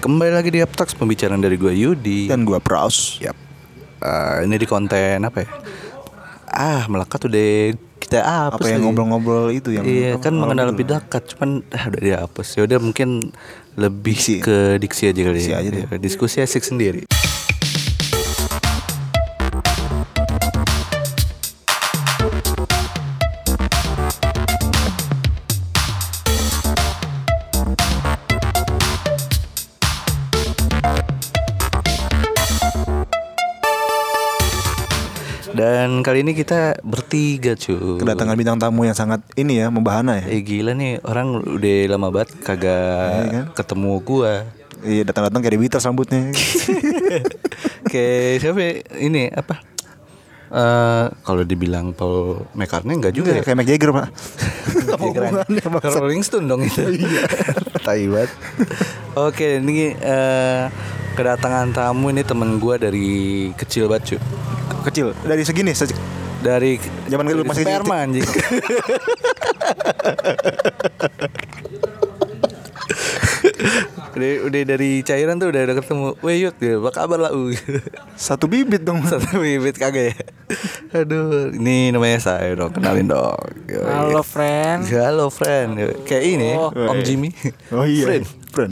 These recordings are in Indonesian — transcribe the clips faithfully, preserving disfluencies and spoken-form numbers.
Kembali lagi di Uptalks, pembicaraan dari gue Yudi dan gue Praus. Yap. Uh, ini di konten apa ya? Ah, melekat udah kita hapus. Apa yang lagi. Ngobrol-ngobrol itu yang iya kan mengenal itu. lebih dekat, cuman ah, udah dihapus. Ya udah mungkin lebih diksi. ke diksi aja kali. Diksi ya. aja deh. Ya, diskusi asik sendiri. Dan kali ini kita bertiga cuy. Kedatangan bintang tamu yang sangat ini ya, membahana ya. Eh gila nih, orang udah lama banget kagak iya, kan? ketemu gua. Iya, datang-datang kayak The Beatles rambutnya. Kayak siapa ya? Ini apa? Uh, kalau dibilang Paul McCartney enggak juga ya? Kayak Mick Jagger, Pak. Ke Rolling Stone dong itu. Tai banget. Oke, ini uh, kedatangan tamu ini temen gua dari kecil banget cuy. Kecil dari segini se- dari zaman dari masih sperma anjing. udah, udah dari cairan tuh udah udah ketemu. Weh Yud, apa kabar lah? Satu bibit dong. Satu bibit kagak ya. Aduh, ini namanya saya dong, kenalin dong. Yoi. Halo friend. Halo friend. Kayak ini Oh. Om Jimmy. Oh iya. Friend. Friend.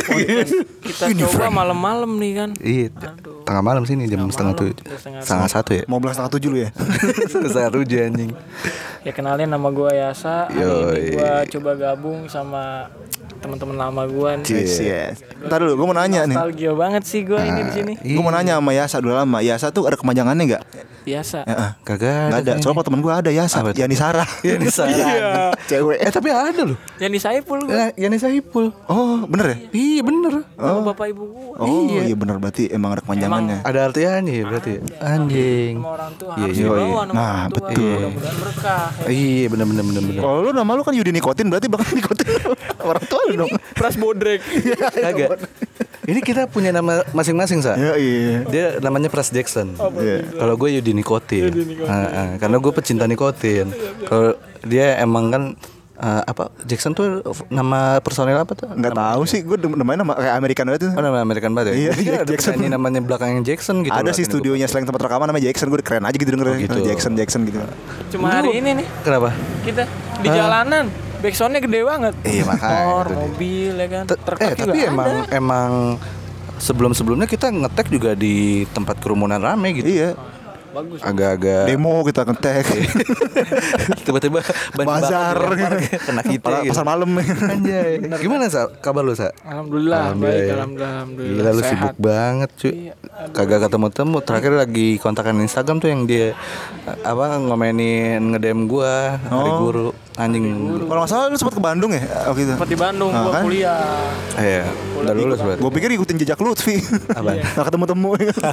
Kita Ini coba friend. malam-malam nih kan. Iya, Aduh. tengah malam sini jam Tengah setengah malam, tujuh, setengah setengah satu ya. Mau belas setengah tujuh lu ya. Setengah tujuh anjing. Ya kenalin, nama gue Yasa. Hari Yoi. ini gue coba gabung sama teman-teman lama gue nih. Yes, yes. Ntar dulu, gue mau nanya nih. Nostalgia banget sih gue ini di sini. Gue mau nanya sama Yasa dulu lama. Yasa tuh ada kepanjangannya nggak? Biasa. Ya, Kagak nggak ada. Soalnya temen gue ada Yasa. Apa tuh? Yani Sarah. Yani Sarah. Cewek. Eh tapi ada loh. Yang di Saiful gue. Ya, Yani Saipul. Oh, bener ya? Iya bener. Sama bapak ibu gue. Oh Iya. iya, bener, berarti emang ada kepanjangannya. Ada artiannya ya berarti. Anjing. Sama orang tua Iya, harus iya, dibawa iya. sama Nah, orang tua. betul. Mudah-mudahan berkah. Ya. Iya bener bener bener bener. Kalau lu nama lu kan Yudi Nikotin, berarti bakal nikotin orang tua lu dong. Pras Bodrek. Kagak. Ini kita punya nama masing-masing, Sa. Ya iya. Dia namanya Pras Jackson. Iya. Kalau gue Yudi Nikotin. Ah, ah, karena gue pecinta nikotin. Kalau dia emang kan ah, apa Jackson tuh nama personel apa tuh? Nggak tahu sih, gue namanya nama kayak American banget tuh. Oh nama American banget ya? Iya, Gua kira ada Jackson. penyanyi namanya belakangnya Jackson gitu. Ada loh, sih ini studionya selain tempat rekaman namanya Jackson, gue keren aja gitu dengernya. Oh, gitu. Jackson Jackson gitu. Cuma hari ini nih gua- Kenapa? kita di Hah? jalanan. Backsoundnya gede banget. Iya, makanya Motor, itu dia. mobil ya kan. T- Truk eh juga tapi emang ada. emang sebelum-sebelumnya kita ngetek juga di tempat kerumunan rame gitu. Iya. Bagus. Agak-agak Demo kita ngetek. tiba-tiba banyak Bazar. banget kena kita Pasar- gitu. pasar malam. Anjay. Gimana Sa? Kabar lu Sa? Alhamdulillah, Alhamdulillah, baik, ya. alhamdulillah, alhamdulillah. Gila lu Sehat. sibuk banget cuy. Iya, aduh. Kagak ketemu-temu. Terakhir lagi kontakan Instagram tuh yang dia apa ngomenin nge-D M gua hari Oh. guru anjing. Kalau nggak salah lu sempat ke Bandung ya? Oh gitu. Sempat di Bandung, Nah, gua kan? kuliah. Iya, udah lulus berarti. Gue pikir ikutin jejak Lutfi. Apaan? Nggak ketemu-temu.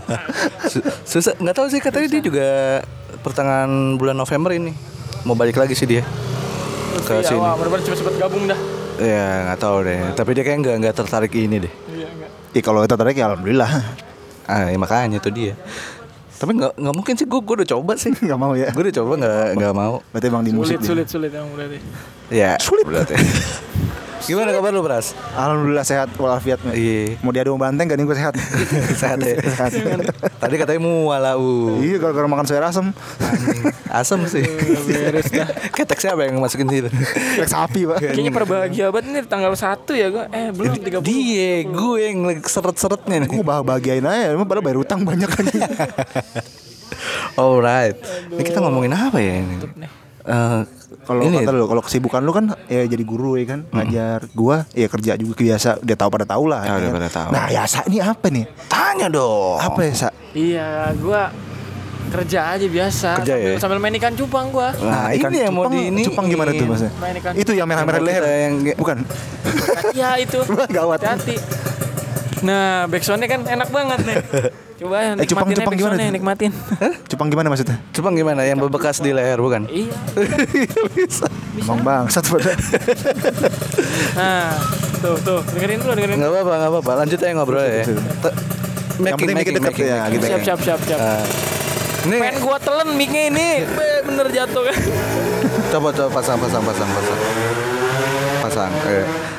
Su- Susah, nggak tahu sih katanya dia juga pertengahan bulan November ini mau balik lagi sih dia ke Iya, sini. wah, benar-benar cepet-cepet gabung dah. Ya nggak tahu deh. Tapi dia kayak nggak nggak tertarik ini deh. Iya, enggak. Ih kalau tertarik ya alhamdulillah. Ah ya, makanya itu dia. Tapi nggak nggak mungkin sih gue gue udah coba sih. Nggak mau ya. Gue udah coba nggak nggak mau. Berarti emang di musik. Sulit, dia. sulit, sulit yang berarti. Ya sulit berarti. Gimana kabar lu Pras? Alhamdulillah sehat walafiat. Iya. Mau diadu sama banteng gak nih gue sehat. Sehat ya. Sehat. Tadi katanya mual uh. Iya gara-gara makan sayur asem. Asam sih. Beres dah. Ketek siapa yang masukin situ? Kayak sapi pak. Kayaknya berbahagia banget nih tanggal satu ya gua. Eh, belum tiga puluh. Dia gue yang lagi seret-seretnya nih. Gue bahagiain aja. Emang padahal bayar utang banyak kan. Alright. Ini kita ngomongin apa ya ini? Eh, Kalau ini kata lu, kalau kesibukan lu kan ya jadi guru ya kan, ngajar. Gua ya kerja juga biasa, udah tahu pada tahu lah. Ya, ya udah kan? pada tahu. Nah, ya Sa ini apa nih? tanya dong. Apa ya Sa? Iya, gua kerja aja biasa. Kerja ya? sambil, sambil main ikan cupang gua. Nah, ini yang mau cupang, di ini. Cupang gimana tuh maksudnya? Main ikan Itu yang merah-merah Yang leher. kita yang- Bukan. Iya itu. Gawat. Hati-hati. Nah, backsoundnya kan enak banget nih. Coba ya, Eh, cupang- nikmatin cupang gimana backsoundnya, tuh? nikmatin. Cupang gimana maksudnya? Cupang gimana? Yang berbekas di leher bukan? Iya. Bisa. Emang bangsat pada. Nah, tuh tuh dengerin dulu dengerin. Nggak apa-apa, nggak apa-apa. Lanjut aja ngobrol ya. Situ, situ. Te- Yang penting mic deket ya, gitu. Siap siap siap siap. Ah. Ini Pengen gua telen mic-nya ini. Be, bener jatuh kan. coba coba pasang pasang pasang pasang. Pasang. Eh.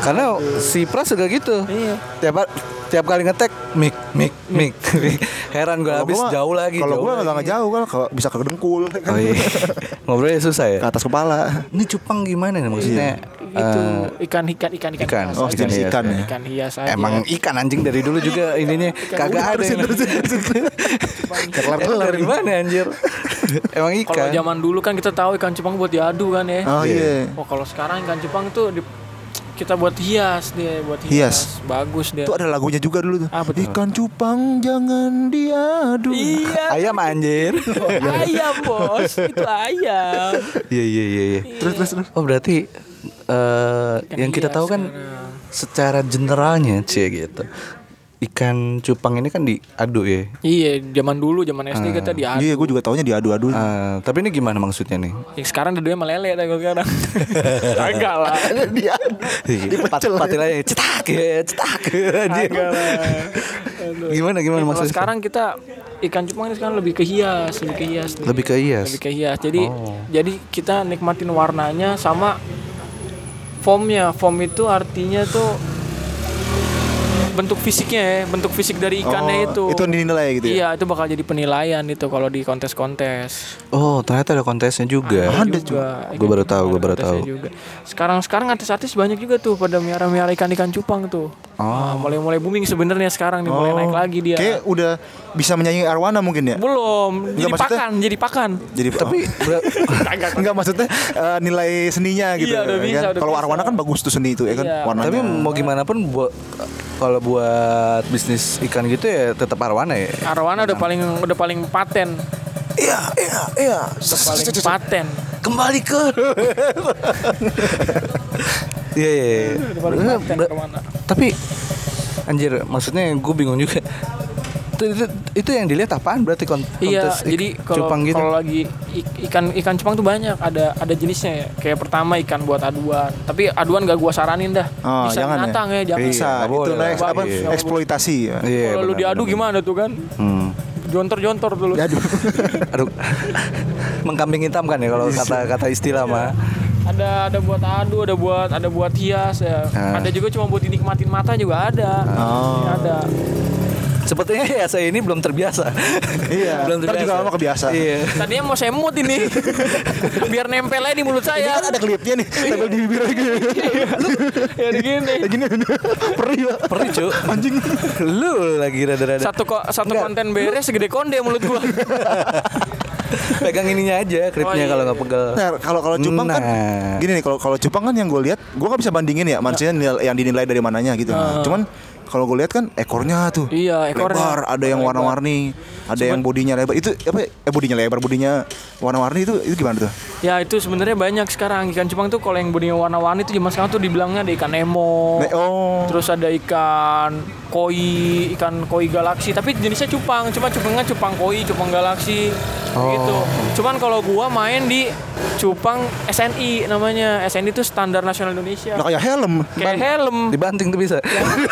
Karena si Pras juga gitu. Iya. Tiap tiap kali ngetek mik mik mik. Heran gue Kalau habis gua mah- jauh lagi. Kalau jauh gue lagi. nggak jauh kan, kalau bisa ke dengkul, kan. Oh iya. Ngobrolnya susah ya. Ke atas kepala. Ini cupang gimana nih maksudnya? Itu eh, ikan ikan ikan ikan ikan. hias Oh, aja. jenis ikan ya. Ikan hias aja. Emang ikan anjing dari dulu juga ininya kagak ada. yang- Emang dari mana anjir? Emang Kalau ikan. zaman dulu kan kita tahu ikan cupang buat diadu kan ya. Oh iya. Oh kalau sekarang ikan cupang tuh di, kita buat hias dia, buat hias. Hias. Bagus dia. Itu ada lagunya juga dulu tuh. Apa tuh? Ikan cupang jangan diadu. Iya. Ayam anjir. Ayam bos, itu ayam. Iya iya iya iya. Terus terus terus. Oh berarti eh Ikan yang kita hias tahu kan sekarang. secara generalnya cie gitu. Ikan cupang ini kan diadu ya. Iya, zaman dulu zaman S D kita diadu. Iya, gue juga taunya diadu-adu. Eh, tapi ini gimana maksudnya nih? Ya, sekarang dua-duanya meleleh dah kalau sekarang. Kagak lah. Diadu. Pat patilah ya cetak ya cetak. Dia. Kagak lah. Aduh. Gimana gimana Kalau maksudnya? sekarang kita ikan cupang ini sekarang lebih ke hias, lebih ke hias. nih. Lebih ke hias? Lebih ke hias. Jadi Oh. jadi kita nikmatin warnanya sama foamnya. Foam itu artinya tuh bentuk fisiknya ya, bentuk fisik dari ikannya itu. Itu yang dinilai gitu ya. Iya, itu bakal jadi penilaian itu kalau di kontes-kontes. Oh ternyata ada kontesnya juga. Ada juga. Gua baru tahu, gua baru Kontesnya tahu. juga. Sekarang-sekarang artis-artis banyak juga tuh pada miara-miara ikan-ikan cupang tuh. Oh. Ah, mulai-mulai booming sebenarnya sekarang nih, mulai naik lagi dia. Kayak udah bisa menyanyi Arwana mungkin ya. Belum, jadi maksudnya- pakan, jadi pakan. Jadi Tapi ber- enggak maksudnya eh, nilai seninya gitu. Iya, udah kan? bisa, udah Kalau bisa. Arwana kan bagus tuh seni itu ya kan Iya. warnanya. tapi mau gimana pun buat kalau buat bisnis ikan gitu ya tetap arwana ya. Arwana udah paling udah paling paten, Iya, iya, iya. udah paling paten. Kembali ke. Iya iya. iya. Udah paling Ber- paten ber- kemana? Tapi anjir maksudnya gue bingung juga. Itu, itu, itu yang dilihat apaan berarti kon- Iya, kontes ik- jadi kalau cupang gitu. kalau lagi ik- ikan ikan cupang tuh banyak, ada ada jenisnya ya. Kayak pertama ikan buat aduan, tapi aduan gak gua saranin dah. Oh, Bisa jangan binatang ya, jangan. Bisa, Nggak itu boleh naik lah. apa Iya. eksploitasi ya. Iya, Kalau lu benar, diadu benar. gimana tuh kan? Hmm. Jontor-jontor dulu. Diadu. Aduh. Mengkambing hitam kan ya kalau kata-kata istilah mah. Ada ada buat adu, ada buat ada buat hias ya. Ah. Ada juga cuma buat dinikmatin mata juga ada. Oh. Ada. Sepertinya ya saya ini belum terbiasa. Iya, belum ntar juga lama kebiasa. Iya. Tadinya mau semut ini. Biar nempel aja di mulut Ini saya. kan ada klipnya nih, sambil di bibir lagi. Ya begini. Kayak gini, perih Pak. Perih cu. Anjing. Lu lagi rada-rada. Satu kok satu Enggak. konten beres segede konde mulut gua. Pegang ininya aja kripnya Oh, iya. kalau nggak pegel. Nah, kalau kalau cupang kan Nah. gini nih, kalau kalau cupang kan yang gue lihat, gue nggak bisa bandingin ya, maksudnya nilai- yang dinilai dari mananya gitu. Cuman kalau gue lihat kan ekornya tuh Iya, ekornya. lebar, ada yang Lebar. warna-warni, ada yang bodinya lebar. Itu apa? Eh bodinya lebar, bodinya warna-warni itu itu gimana tuh? Ya itu sebenarnya banyak sekarang ikan cupang tuh kalau yang bodinya warna-warni itu zaman sekarang tuh dibilangnya ada ikan Nemo. Ne- oh. Terus ada ikan koi, ikan koi galaksi, tapi jenisnya cupang, cuma cupangnya cupang koi, cupang galaksi, gitu. Cuman kalau gua main di cupang S N I namanya, S N I itu Standar Nasional Indonesia. Nah, kayak helm. Kayak helm. Dibanting tuh bisa.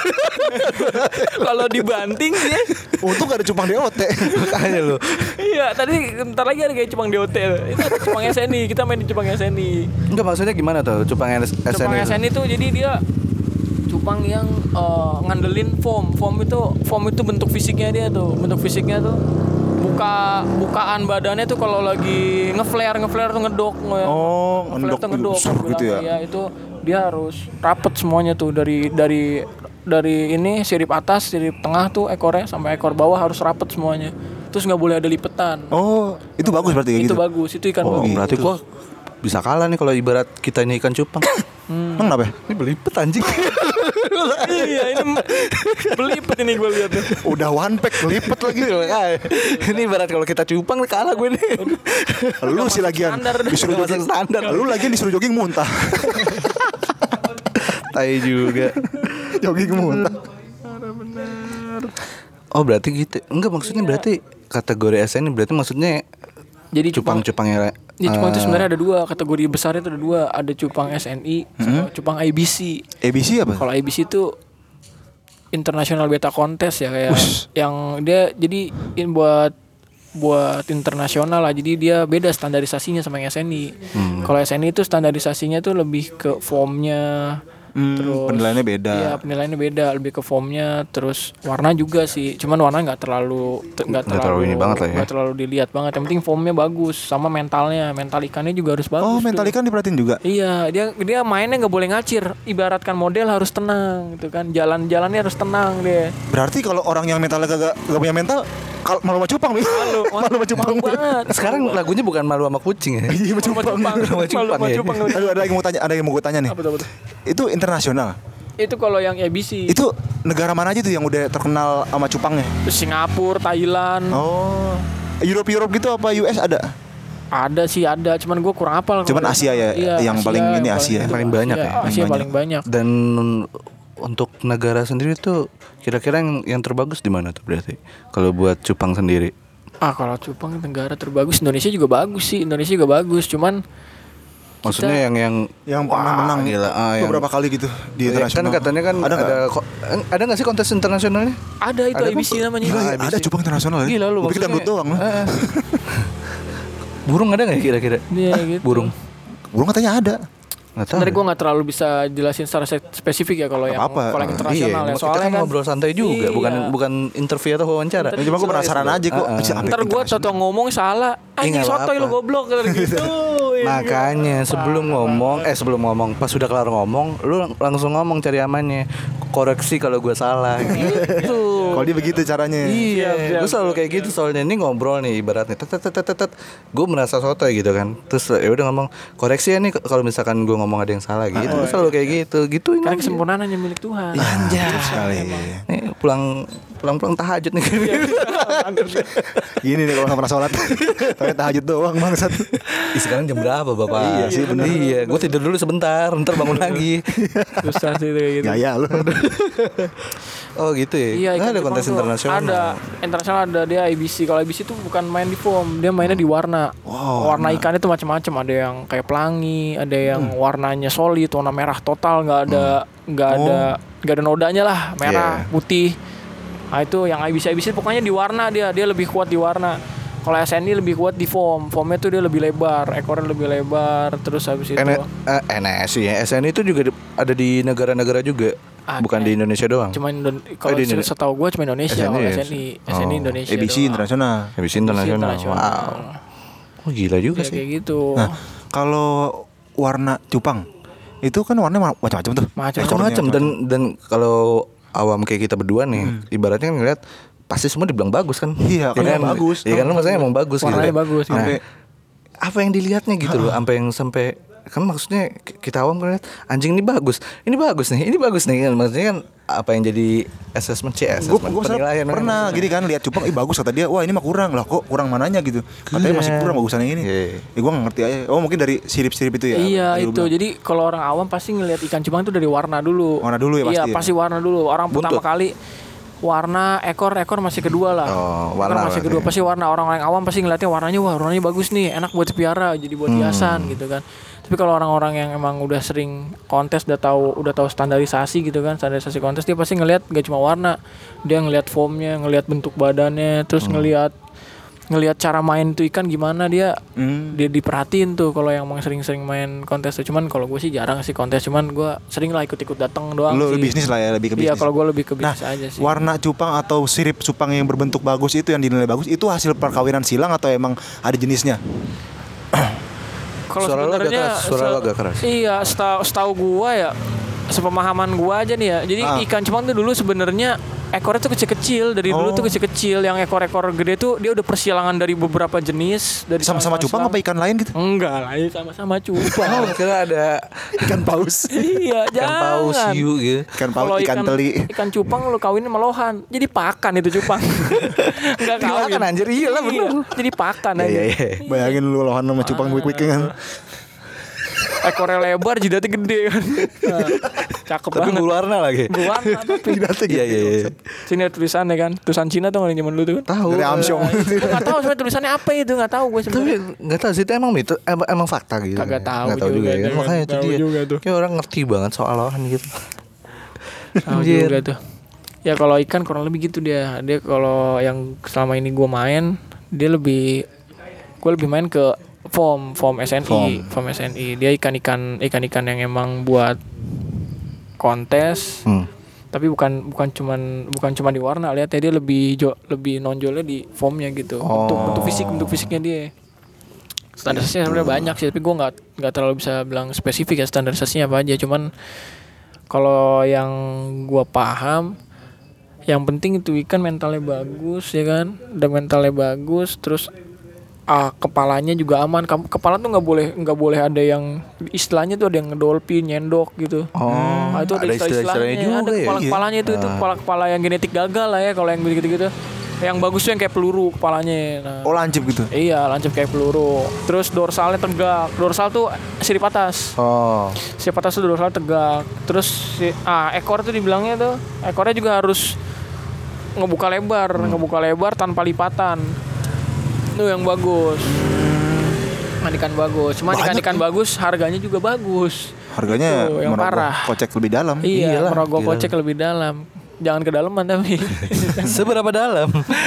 Kalau dibanting dia, Untung gak ada cupang D O T. Makanya lu. iya tadi ntar lagi ada kayak cupang D O T. Itu ada cupang S N I, kita main di cupang S N I. Enggak maksudnya gimana tuh cupang S N I? Cupang S N I itu jadi dia cupang yang eh, ngandelin foam. Foam itu foam itu bentuk fisiknya dia tuh. Bentuk fisiknya tuh buka bukaan badannya tuh kalau lagi ngeflare ngeflare tuh ngedok. Oh, ngeflare ngedok tuh ngedok. besar gitu ya. Iya, itu dia harus rapet semuanya tuh dari dari dari ini sirip atas, sirip tengah tuh ekornya sampai ekor bawah harus rapet semuanya. Terus nggak boleh ada lipetan. Oh, itu bagus berarti kayak Itu gitu. bagus, itu ikan Oh, bagus. berarti gua bisa kalah nih kalau ibarat kita ini ikan cupang. Emang kenapa ya? Ini belipet anjing. Iya, ini belipet ini gue lihat tuh. Udah one pack lipet lagi. Ini ibarat kalau kita cupang kalah gue nih. Lu sih lagian standar. disuruh Udah jogging masuk standar. Lu lagian disuruh jogging muntah. Tai juga. Jogging muntah. Oh berarti gitu. Enggak maksudnya berarti kategori S N I berarti maksudnya Jadi cupang cupang-cupangnya. Ya, cupang itu eh, sebenarnya ada dua kategori besar, itu ada dua, ada cupang S N I sama cupang I B C. A B C apa? Kalau I B C itu International Beta Contest ya, kayak Ush. yang dia jadi in buat buat internasional lah, jadi dia beda standarisasinya sama yang S N I. Kalau S N I itu standarisasinya tuh lebih ke foamnya, Hmm, terus penilaiannya beda. Iya, penilaiannya beda, lebih ke foamnya, terus warna juga sih. Cuman warna nggak terlalu nggak Nggak terlalu, terlalu ini banget lah ya. nggak terlalu dilihat banget. Yang penting foamnya bagus, sama mentalnya, mental ikannya juga harus bagus. Oh, mental tuh. ikan diperhatiin juga. Iya, dia dia mainnya nggak boleh ngacir. Ibaratkan model harus tenang, gitu kan. Jalan-jalannya harus tenang deh. Berarti kalau orang yang mentalnya gak, gak punya mental, kalau malu sama cupang nih. Malu, malu sama cupang banget. Sekarang lagunya bukan malu sama kucing ya. Iya, sama cupang. Malu sama cupang ya. cupang. Aduh, ada yang mau tanya, ada yang mau gue tanya nih. Apa tuh, apa tuh? Itu internasional. Itu kalau yang A B C. Itu negara mana aja tuh yang udah terkenal sama cupangnya? Singapura, Thailand. Oh, Europe Europe gitu apa U S ada? Ada sih ada, cuman gue kurang hafal. Cuman kalau Asia ya, iya, yang paling ini Asia. itu. Paling banyak ya, Asia, Asia paling banyak. Dan untuk negara sendiri tuh kira-kira yang yang terbagus di mana tuh berarti? Kalau buat cupang sendiri. Ah, kalau cupang negara terbagus Indonesia juga bagus sih, Indonesia juga bagus, cuman Maksudnya kita- yang yang Yang pernah menang gila, ah, yang- beberapa kali gitu di Ya, kan internasional. katanya kan ada ada nggak? ko- ada nggak sih kontes internasionalnya? ada itu Ada A B C kan? namanya. Gila, Ah, ya, A B C. ada cupang internasional ya? Gila lu Gua pikir dangdut doang. Eh, eh. Burung ada nggak ya kira-kira? Iya gitu. Burung. Burung katanya ada. Nggak tahu. Sebenarnya gue nggak terlalu bisa jelasin secara se- spesifik ya kalau yang apa-apa. kalau yang internasional Iya, ya. kita Soalnya kan ngobrol santai juga, Iya. bukan bukan interview atau wawancara. Cuma gue penasaran aja kok. Ah, ah. bisa sampai Ntar gue internasional. toto ngomong salah. Anjing nggak sotoy apa-apa. lu goblok gitu. Iya. Makanya sebelum ngomong, eh sebelum ngomong, pas sudah kelar ngomong, lu lang- langsung ngomong cari amannya. Koreksi kalau gue salah gitu. Kalau dia begitu caranya. Iya, gue selalu kayak gitu soalnya ini ngobrol nih ibaratnya, tet tet tet tet, tet. Gue merasa sotoy gitu kan, terus ya udah ngomong koreksi ya nih kalau misalkan gue ngomong ada yang salah gitu, gue selalu kayak gitu, gituin Karena aja. kesempurnaan hanya milik Tuhan. Anjay. Sekali. Nih pulang pulang pulang tahajud nih. Gini nih kalau nggak pernah sholat, tapi tahajud doang bangsat. Ih, sekarang jam berapa bapak? Iya sih, bener. Iya, gue tidur dulu sebentar, ntar bangun lagi. Susah sih itu kayak gitu. Gaya lu. Oh gitu ya? Iya, Nggak ikan ada cupang kontes tuh internasional. Ada internasional, ada dia A B C. Kalau A B C itu bukan main di foam, dia mainnya di warna. Wow, warna ikannya itu macam-macam. Ada yang kayak pelangi, ada yang warnanya solid, warna merah total, nggak ada nggak ada nggak ada nodanya lah, merah, Yeah. putih. Nah itu yang A B C A B C pokoknya di warna dia dia lebih kuat di warna. Kalau S N I lebih kuat di foam, foamnya tuh dia lebih lebar, ekornya lebih lebar, terus habis itu N- eh, N S I ya, S N I itu juga di- ada di negara-negara juga, Ada. bukan di Indonesia doang. cuma Indon- kalau Oh, di Indonesia. setahu gue cuma Indonesia, S N I kalau ya? S N I S N I Oh. Indonesia. A B C doang. internasional. Habis internasional. internasional. Wow. Oh gila juga Ya, sih. kayak gitu. Nah, kalau warna cupang itu kan warnanya macam-macam tuh. Macam-macam. Macam-macam dan dan kalau awam kayak kita berdua nih, ibaratnya kan ngeliat pasti semua dibilang bagus kan. Iya, Ya karena bagus. Iya kan lu maksudnya emang bagus Warnanya gitu. bagus, Nah, sampai apa yang dilihatnya gitu loh, sampai yang sampai kan maksudnya kita awam kan lihat anjing ini bagus, ini bagus nih, ini bagus nih kan maksudnya kan apa yang jadi assessment C gue assessment gue penilaian kan pernah maksudnya. gini kan lihat cupang, ih bagus kata dia, wah ini mah kurang lah, kok kurang mananya gitu, katanya masih kurang bagusan yang ini. Iya. Ya gue nggak ngerti aja. Oh mungkin dari sirip-sirip itu ya. Iya tadi lu itu. bilang. Jadi kalau orang awam pasti ngelihat ikan cupang itu dari warna dulu. Warna dulu ya pasti Iya ya? pasti warna dulu. Orang Buntut. pertama kali warna ekor ekor masih kedua lah. Oh, Ekor warna masih berarti. kedua pasti warna. Orang-orang awam pasti ngeliatnya warnanya wah warnanya bagus nih, enak buat dipiara, jadi buat hiasan gitu kan. Tapi kalau orang-orang yang emang udah sering kontes, udah tahu udah tahu standarisasi gitu kan, standarisasi kontes, dia pasti ngelihat gak cuma warna, dia ngelihat foamnya, ngelihat bentuk badannya, terus ngelihat ngelihat cara main tuh ikan gimana, dia Hmm. dia diperhatiin tuh kalau yang emang sering-sering main kontes tuh. Cuman kalau gue sih jarang sih kontes, cuman gue sering lah ikut-ikut datang doang Lu sih. bisnis lah ya, lebih ke bisnis. Iya kalau gue lebih ke Nah, bisnis aja sih. warna cupang atau sirip cupang yang berbentuk bagus itu yang dinilai bagus itu hasil perkawinan silang atau emang ada jenisnya? Kalau Suara lo agak sebenarnya keras, suara lo agak keras. Iya, setahu setahu gua ya, sepemahaman gua aja nih ya. Jadi Ah. ikan cupang tuh dulu sebenarnya ekornya tuh kecil-kecil, dari dulu Oh. tuh kecil-kecil. Yang ekor-ekor gede tuh dia udah persilangan dari beberapa jenis, dari Sama-sama cupang apa ikan lain gitu? Enggak lah, ya sama-sama cupang. Oh, kira ada Ikan paus. Iya, ikan paus jangan. hiu gitu. Ikan paus, Kalau ikan, teli. Ikan cupang lu kawinin sama lohan, jadi pakan itu cupang. Enggak kawin. Dimakan, anjir. Iya lah, bener. Jadi pakan aja. Iya, iya. Bayangin lu lohan sama cupang quick-quick kan. Ekornya lebar, jidatnya gede kan. Nah, cakep Tapi banget. berwarna lagi. Berwarna tapi Iya iya iya. sini ada tulisannya kan, tulisan Cina tuh nggak zaman dulu tuh kan. Tahu. Dari Amsyong. Gue nggak tahu sebenarnya tulisannya apa itu, nggak tahu gue Tapi sebenarnya. nggak tahu sih itu emang mitos, emang, emang fakta gitu. Kagak tahu Nggak tahu juga, juga, ya. nggak Makanya itu tahu dia. juga tuh. Kayak orang ngerti banget soal lohan gitu. Tahu Anjir. juga tuh. Ya kalau ikan kurang lebih gitu dia. Dia kalau yang selama ini gue main, dia lebih gue lebih main ke foam, foam S N I, Foam. foam S N I. Dia ikan-ikan ikan-ikan yang emang buat kontes. Hmm. Tapi bukan bukan cuman bukan cuma di warna, lihat ya dia lebih jo, lebih nonjolnya di formnya gitu. Oh. Bentuk bentuk fisik bentuk fisiknya dia. Standarisasinya sebenarnya banyak sih, tapi gue nggak nggak terlalu bisa bilang spesifik ya standarisasinya apa aja. Cuman kalau yang gue paham, yang penting itu ikan mentalnya bagus ya kan, udah mentalnya bagus, terus ah, kepalanya juga aman. Kamu kepala tuh nggak boleh nggak boleh ada yang istilahnya tuh ada yang ngedolpin, nyendok gitu. Oh, Ah, itu ada, ada istilah-istilahnya istilah-istilahnya juga ada ya? kepala-kepalanya itu itu kepala-kepala yang genetik gagal lah ya kalau yang gitu-gitu. Yang bagus tuh yang kayak peluru kepalanya. Nah, Oh lancip gitu. iya lancip kayak peluru. Terus dorsalnya tegak. Dorsal tuh sirip atas. Oh. Sirip atas tuh dorsal tegak. Terus si, ah ekor tuh dibilangnya tuh ekornya juga harus ngebuka lebar, Hmm. ngebuka lebar tanpa lipatan. Itu yang bagus. Ikan bagus. Cuman Banyak ikan-ikan ya. bagus harganya juga bagus. Harganya Itu yang merogoh parah. kocek lebih dalam. Iya, Iyalah, merogoh gila. kocek lebih dalam. Jangan kedalaman tapi. Seberapa dalam?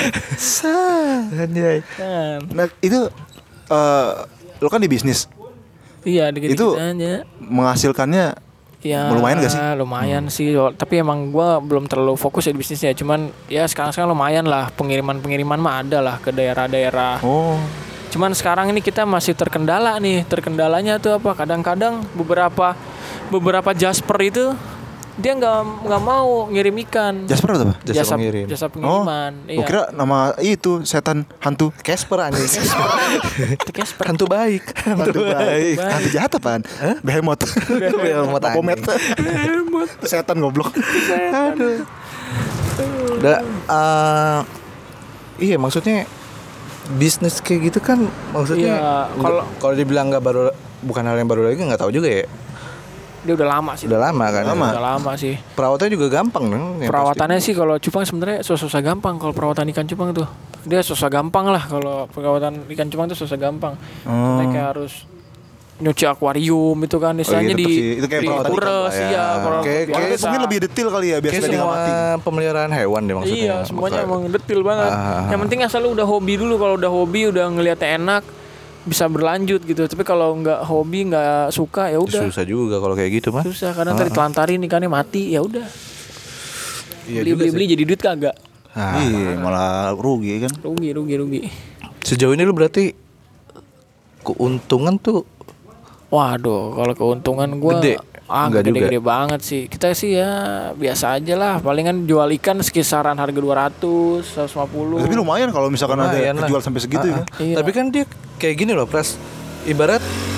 Anjay. Kan. Nah itu eh lo kan di bisnis, Iya, dikit-dikit Itu- aja. menghasilkannya Ya, lumayan gak sih? Lumayan sih, tapi emang gua belum terlalu fokus ya di bisnisnya. Cuman ya sekarang-sekarang lumayan lah, pengiriman-pengiriman mah ada lah ke daerah-daerah. oh Cuman sekarang ini kita masih terkendala nih. Terkendalanya tuh apa? Kadang-kadang beberapa beberapa Jasper itu dia nggak nggak mau ngirim ikan. Jasper atau apa? Jasa pengirim. Jasa Oh, pengiriman. gue kira nama itu setan hantu. Casper anjing. Itu Casper. Hantu baik. Hantu baik. baik. Hantu jahat apaan? Behemoth. Behemoth Bapomet. anjing. Setan goblok. Aduh. Udah eh, iya maksudnya bisnis kayak gitu kan maksudnya Iya, kalau- nggak- kalau dibilang nggak baru bukan hal yang baru lagi nggak tahu juga ya. Dia udah lama sih. Udah lama kan. Lama. Udah lama sih. Perawatannya juga gampang dong. yang Perawatannya sih kalau cupang sebenarnya susah-susah gampang. Kalau perawatan ikan cupang tuh dia susah gampang lah. Kalau perawatan ikan cupang tuh susah gampang. Contohnya kayak harus nyuci akuarium itu kan istilahnya tetep di sih. Itu kayak di perawatan ikan kures, lah ya. iya kalau Kayak- biasa. Kayak mungkin lebih detail kali ya biar Kayak supaya dia nggak semua mati. pemeliharaan hewan deh maksudnya. Iya, semuanya Maka- emang detail banget. Ah. Yang penting asal lu udah hobi dulu. Kalau udah hobi, udah ngeliatnya enak, bisa berlanjut gitu. Tapi kalau nggak hobi, nggak suka, ya udah susah juga kalau kayak gitu mah. susah. Karena tadi telantarin ikannya mati, ya udah. Iya Beli juga beli sih. beli jadi duit kagak. Ah, Iya, malah rugi kan. Rugi, rugi, rugi. sejauh ini lu berarti keuntungan tuh Waduh, kalau keuntungan gua Gede? ah Enggak gede-gede banget sih. Kita sih ya biasa aja lah. Palingan jual ikan sekisaran harga dua ratus, seratus lima puluh. Tapi lumayan kalau misalkan lumayan ada lah. kejual sampai segitu Ah, ya. ah. Iya. Tapi kan dia kayak gini loh, Pras. Ibarat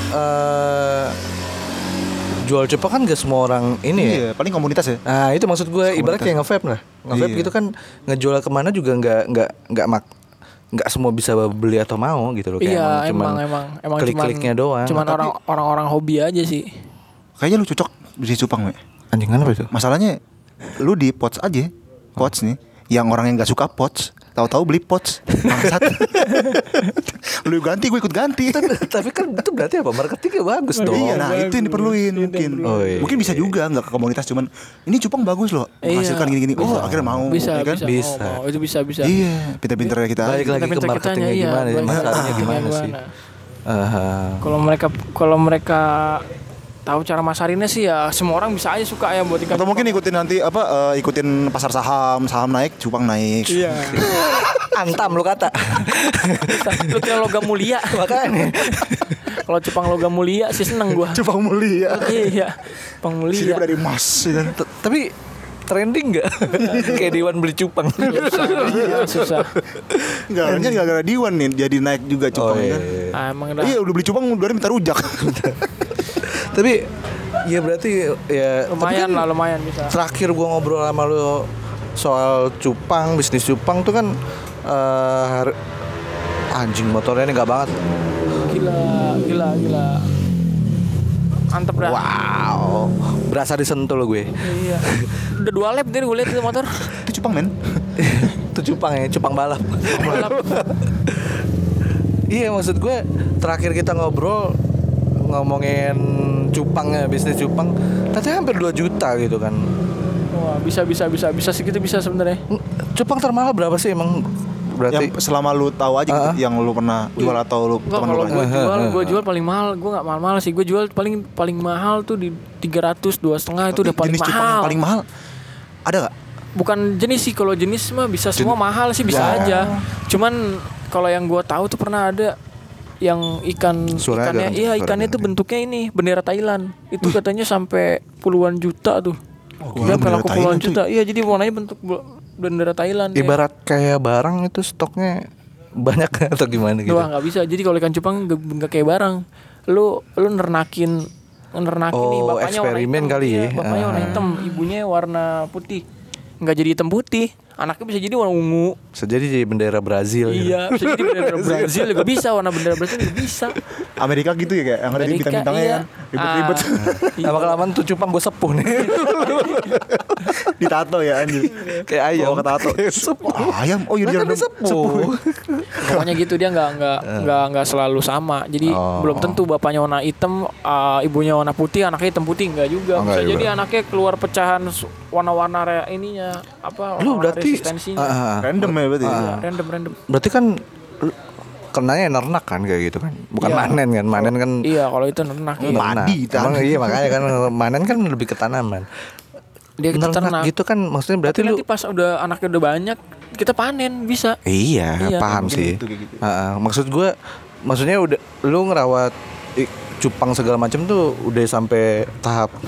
eh jual cupang kan gak semua orang ini ya. Iya, paling komunitas ya. Nah itu maksud gue ibarat kayak nge-vape lah. Nge-vape Iya. gitu kan ngejual kemana juga nggak nggak nggak mak nggak semua bisa beli atau mau gitu loh. Kayak Iya, cuman emang emang emang klik-kliknya cuman, doang. Cuman Tapi- orang orang-orang hobi aja sih. Kayaknya lu cocok bisnis cupang, we. Anjing apa itu? Masalahnya lu di pots aja. Pots nih. Yang orang yang nggak suka pots, tahu-tahu beli pots. Bangsat. Lu ganti, gue ikut ganti. Tapi kan itu berarti apa? Marketingnya bagus dong. Iya, nah itu yang diperluin mungkin. Oh, iya. Mungkin bisa juga nggak ke komunitas, cuman ini cupang bagus loh, menghasilkan Iya, gini-gini. Oh, bisa. akhirnya mau. Bisa, ya kan? bisa, Bisa. mau, mau. Itu bisa, bisa. Iya, pintar-pintarnya kita. Balik lagi ke Pintar-pintar marketingnya kitanya, iya. gimana, ya, Balik masarnya marketingnya gimana sih? gimana. Aha. Kalau mereka kalau mereka tahu cara masarinnya sih ya semua orang bisa aja suka ya buat ikan. Atau mungkin ikutin nanti apa eh, ikutin pasar saham, saham naik, cupang naik. Iya. Antam lu kata. Lu kira logam mulia. Makanya. Kalau cupang logam mulia sih seneng gua. Cupang mulia. Iya. Cupang Sini mulia. dari emas. ya kan? T- Tapi trending nggak? Kayak Dewan beli cupang. Susah. Iya, susah. Enggak, kan gara-gara Diwan nih jadi naik juga Oh cupang iya. kan. iya. Ah, emang dah. Iya, udah beli cupang udah minta rujak. Tapi ya berarti ya Lumayan tapi kan lah, lumayan bisa. terakhir gua ngobrol sama lu soal cupang, bisnis cupang tuh kan eh, har- anjing motornya ini nggak banget. Gila, gila, gila. Antep dah. Wow, berasa disentuh lo gue. Iya. Udah dua lap dia gue lihat itu motor. Itu cupang, men. Itu cupang ya, cupang balap. Balap. Iya maksud gue terakhir kita ngobrol ngomongin cupangnya, bisnis cupang, katanya hampir dua juta gitu kan. Wah, bisa bisa bisa bisa segitu bisa sebenarnya. Cupang termahal berapa sih emang? berarti Yang selama lu tahu aja gitu, yang lu pernah jual atau lu Enggak, temen lu kalau pernah gue jual. jual, gue jual paling mahal. Gue nggak mahal-mahal sih. Gue jual paling paling mahal tuh di tiga ratus dua setengah itu udah paling Jenis cupang mahal. yang paling mahal ada gak? Bukan jenis sih, kalau jenis mah bisa semua mahal sih bisa Ya. aja. Cuman kalau yang gue tahu tuh pernah ada yang ikan Suaranya ikannya, agak iya kenceng, ikannya tuh bentuknya ini bendera Thailand. Itu katanya sampai puluhan juta tuh. gila, Dia bendera laku Thailand, puluhan juta. Iya, jadi warnanya bentuk be- bendera Thailand. kayak- ibarat kayak barang itu stoknya banyak atau gimana gitu. Wah, nggak bisa. Jadi kalau ikan cupang nggak nggak kayak barang. Lu lu nernakin nernakin nih Oh, bapaknya warna eksperimen hitam. kali Iya, ya. bapaknya warna Ah. hitam, ibunya warna putih. Nggak jadi hitam putih. Anaknya bisa jadi warna ungu. Sejadi jadi bendera Brazil. gitu. Iya, bisa jadi bendera Brazil juga bisa, warna bendera Brazil juga bisa. Amerika gitu ya kayak yang ada di Amerika, bintang-bintangnya iya. kan ribet-ribet. Ah, iya. Lama-kelamaan tuh cupang gue sepuh nih. Ditato ya anjir. Kayak ayam. Bawa ketato. Sepuh. Wah, ayam. Oh iya Lah dia kan udah dia sepuh. Pokoknya gitu, dia nggak nggak nggak nggak selalu sama. Jadi Oh. belum tentu bapaknya warna hitam, uh, ibunya warna putih, anaknya hitam putih nggak juga. Oh, nggak Bisa juga. jadi anaknya keluar pecahan su- warna-warna re- ininya apa? Lu warna-warna berarti resistensinya. ah, ah. random ya berarti. Iya, random random. Berarti kan lu- kenanya nernak kan kayak gitu kan. Bukan Iya. manen kan. Manen kan Iya, kalau itu ternak ya. ternak. Padi, Emang iya makanya kan manen kan lebih ke tanaman. Dia kita Ternak ternak. gitu kan maksudnya berarti Tapi lu nanti pas udah anaknya udah banyak, kita panen bisa. Iya, Iya, paham mungkin sih. gitu, kayak gitu. Ah, ah. Maksud gue, maksudnya udah lu ngerawat i- cupang segala macam tuh udah sampai tahap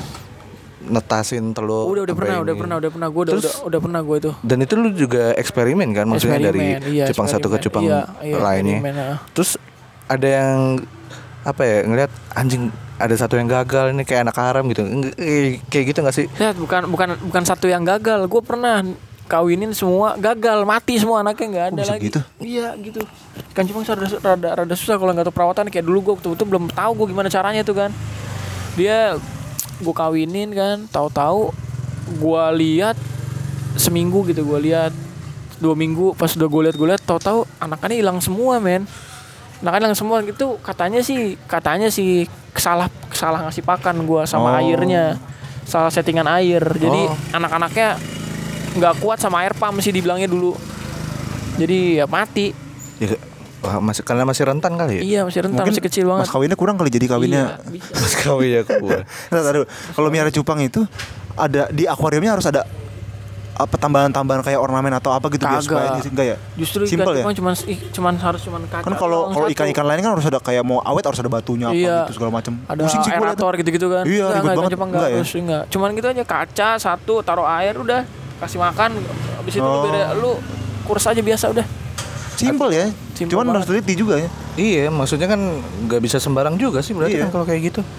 netasin telur. Udah udah sampai pernah, ini. udah pernah, udah pernah gue udah, Terus- udah udah pernah gue itu. Dan itu lu juga eksperimen kan, maksudnya dari Eksperimen, iya, cupang satu ke eksperimen. cupang Iya, iya, lainnya. eksperimen, ah. Terus ada yang apa ya ngelihat anjing ada satu yang gagal ini kayak anak haram gitu. Nge- eh, Kayak gitu gak sih? Lihat, bukan bukan bukan satu yang gagal. Gue pernah kawinin semua gagal, mati semua anaknya nggak ada Oh, bisa lagi. gitu? Iya gitu. Kan cuma rada, rada rada susah kalau nggak tahu perawatan, kayak dulu gue waktu itu belum tahu gue gimana caranya tuh kan. Dia gue kawinin kan, tahu-tahu gue lihat seminggu gitu, gue lihat dua minggu, pas udah gue lihat gue lihat tahu-tahu anakannya hilang semua men. Anakannya hilang semua gitu, katanya sih katanya sih salah salah ngasih pakan gue sama Oh. airnya, salah settingan air. Jadi Oh. anak-anaknya nggak kuat sama air pump sih dibilangnya dulu. Jadi ya mati. Ya, wah, masih karena masih rentan kali ya. Iya masih rentan, masih kecil banget. Mas kawinnya kurang kali jadi kawinnya. Iya, bisa. Mas kawin ya gua. Ntar, ntar dulu. Kalau miara cupang itu ada di akuariumnya harus ada apa tambahan-tambahan kayak ornamen atau apa gitu biar Kagak. supaya ini sih enggak ya? Justru ikan Simple ya? cupang cuman ih, cuman harus cuman kaca. Kan kalau doang kalau satu. ikan-ikan lain kan harus ada kayak mau awet harus ada batunya apa Iya. gitu segala macam. Ada Pusing sih gua liat. aerator gitu-gitu kan. Iya, Enggak, ribet enggak, banget. ikan cupang Enggak enggak, ya? harus, enggak. Cuman gitu aja, kaca satu, taruh air udah, kasih makan. Habis itu lu Oh. beda, lu kurus aja biasa udah. Simple ya. Simple Cuman banget. harus teliti juga ya. Iya, maksudnya kan nggak bisa sembarang juga sih berarti Iya. kan kalau kayak gitu.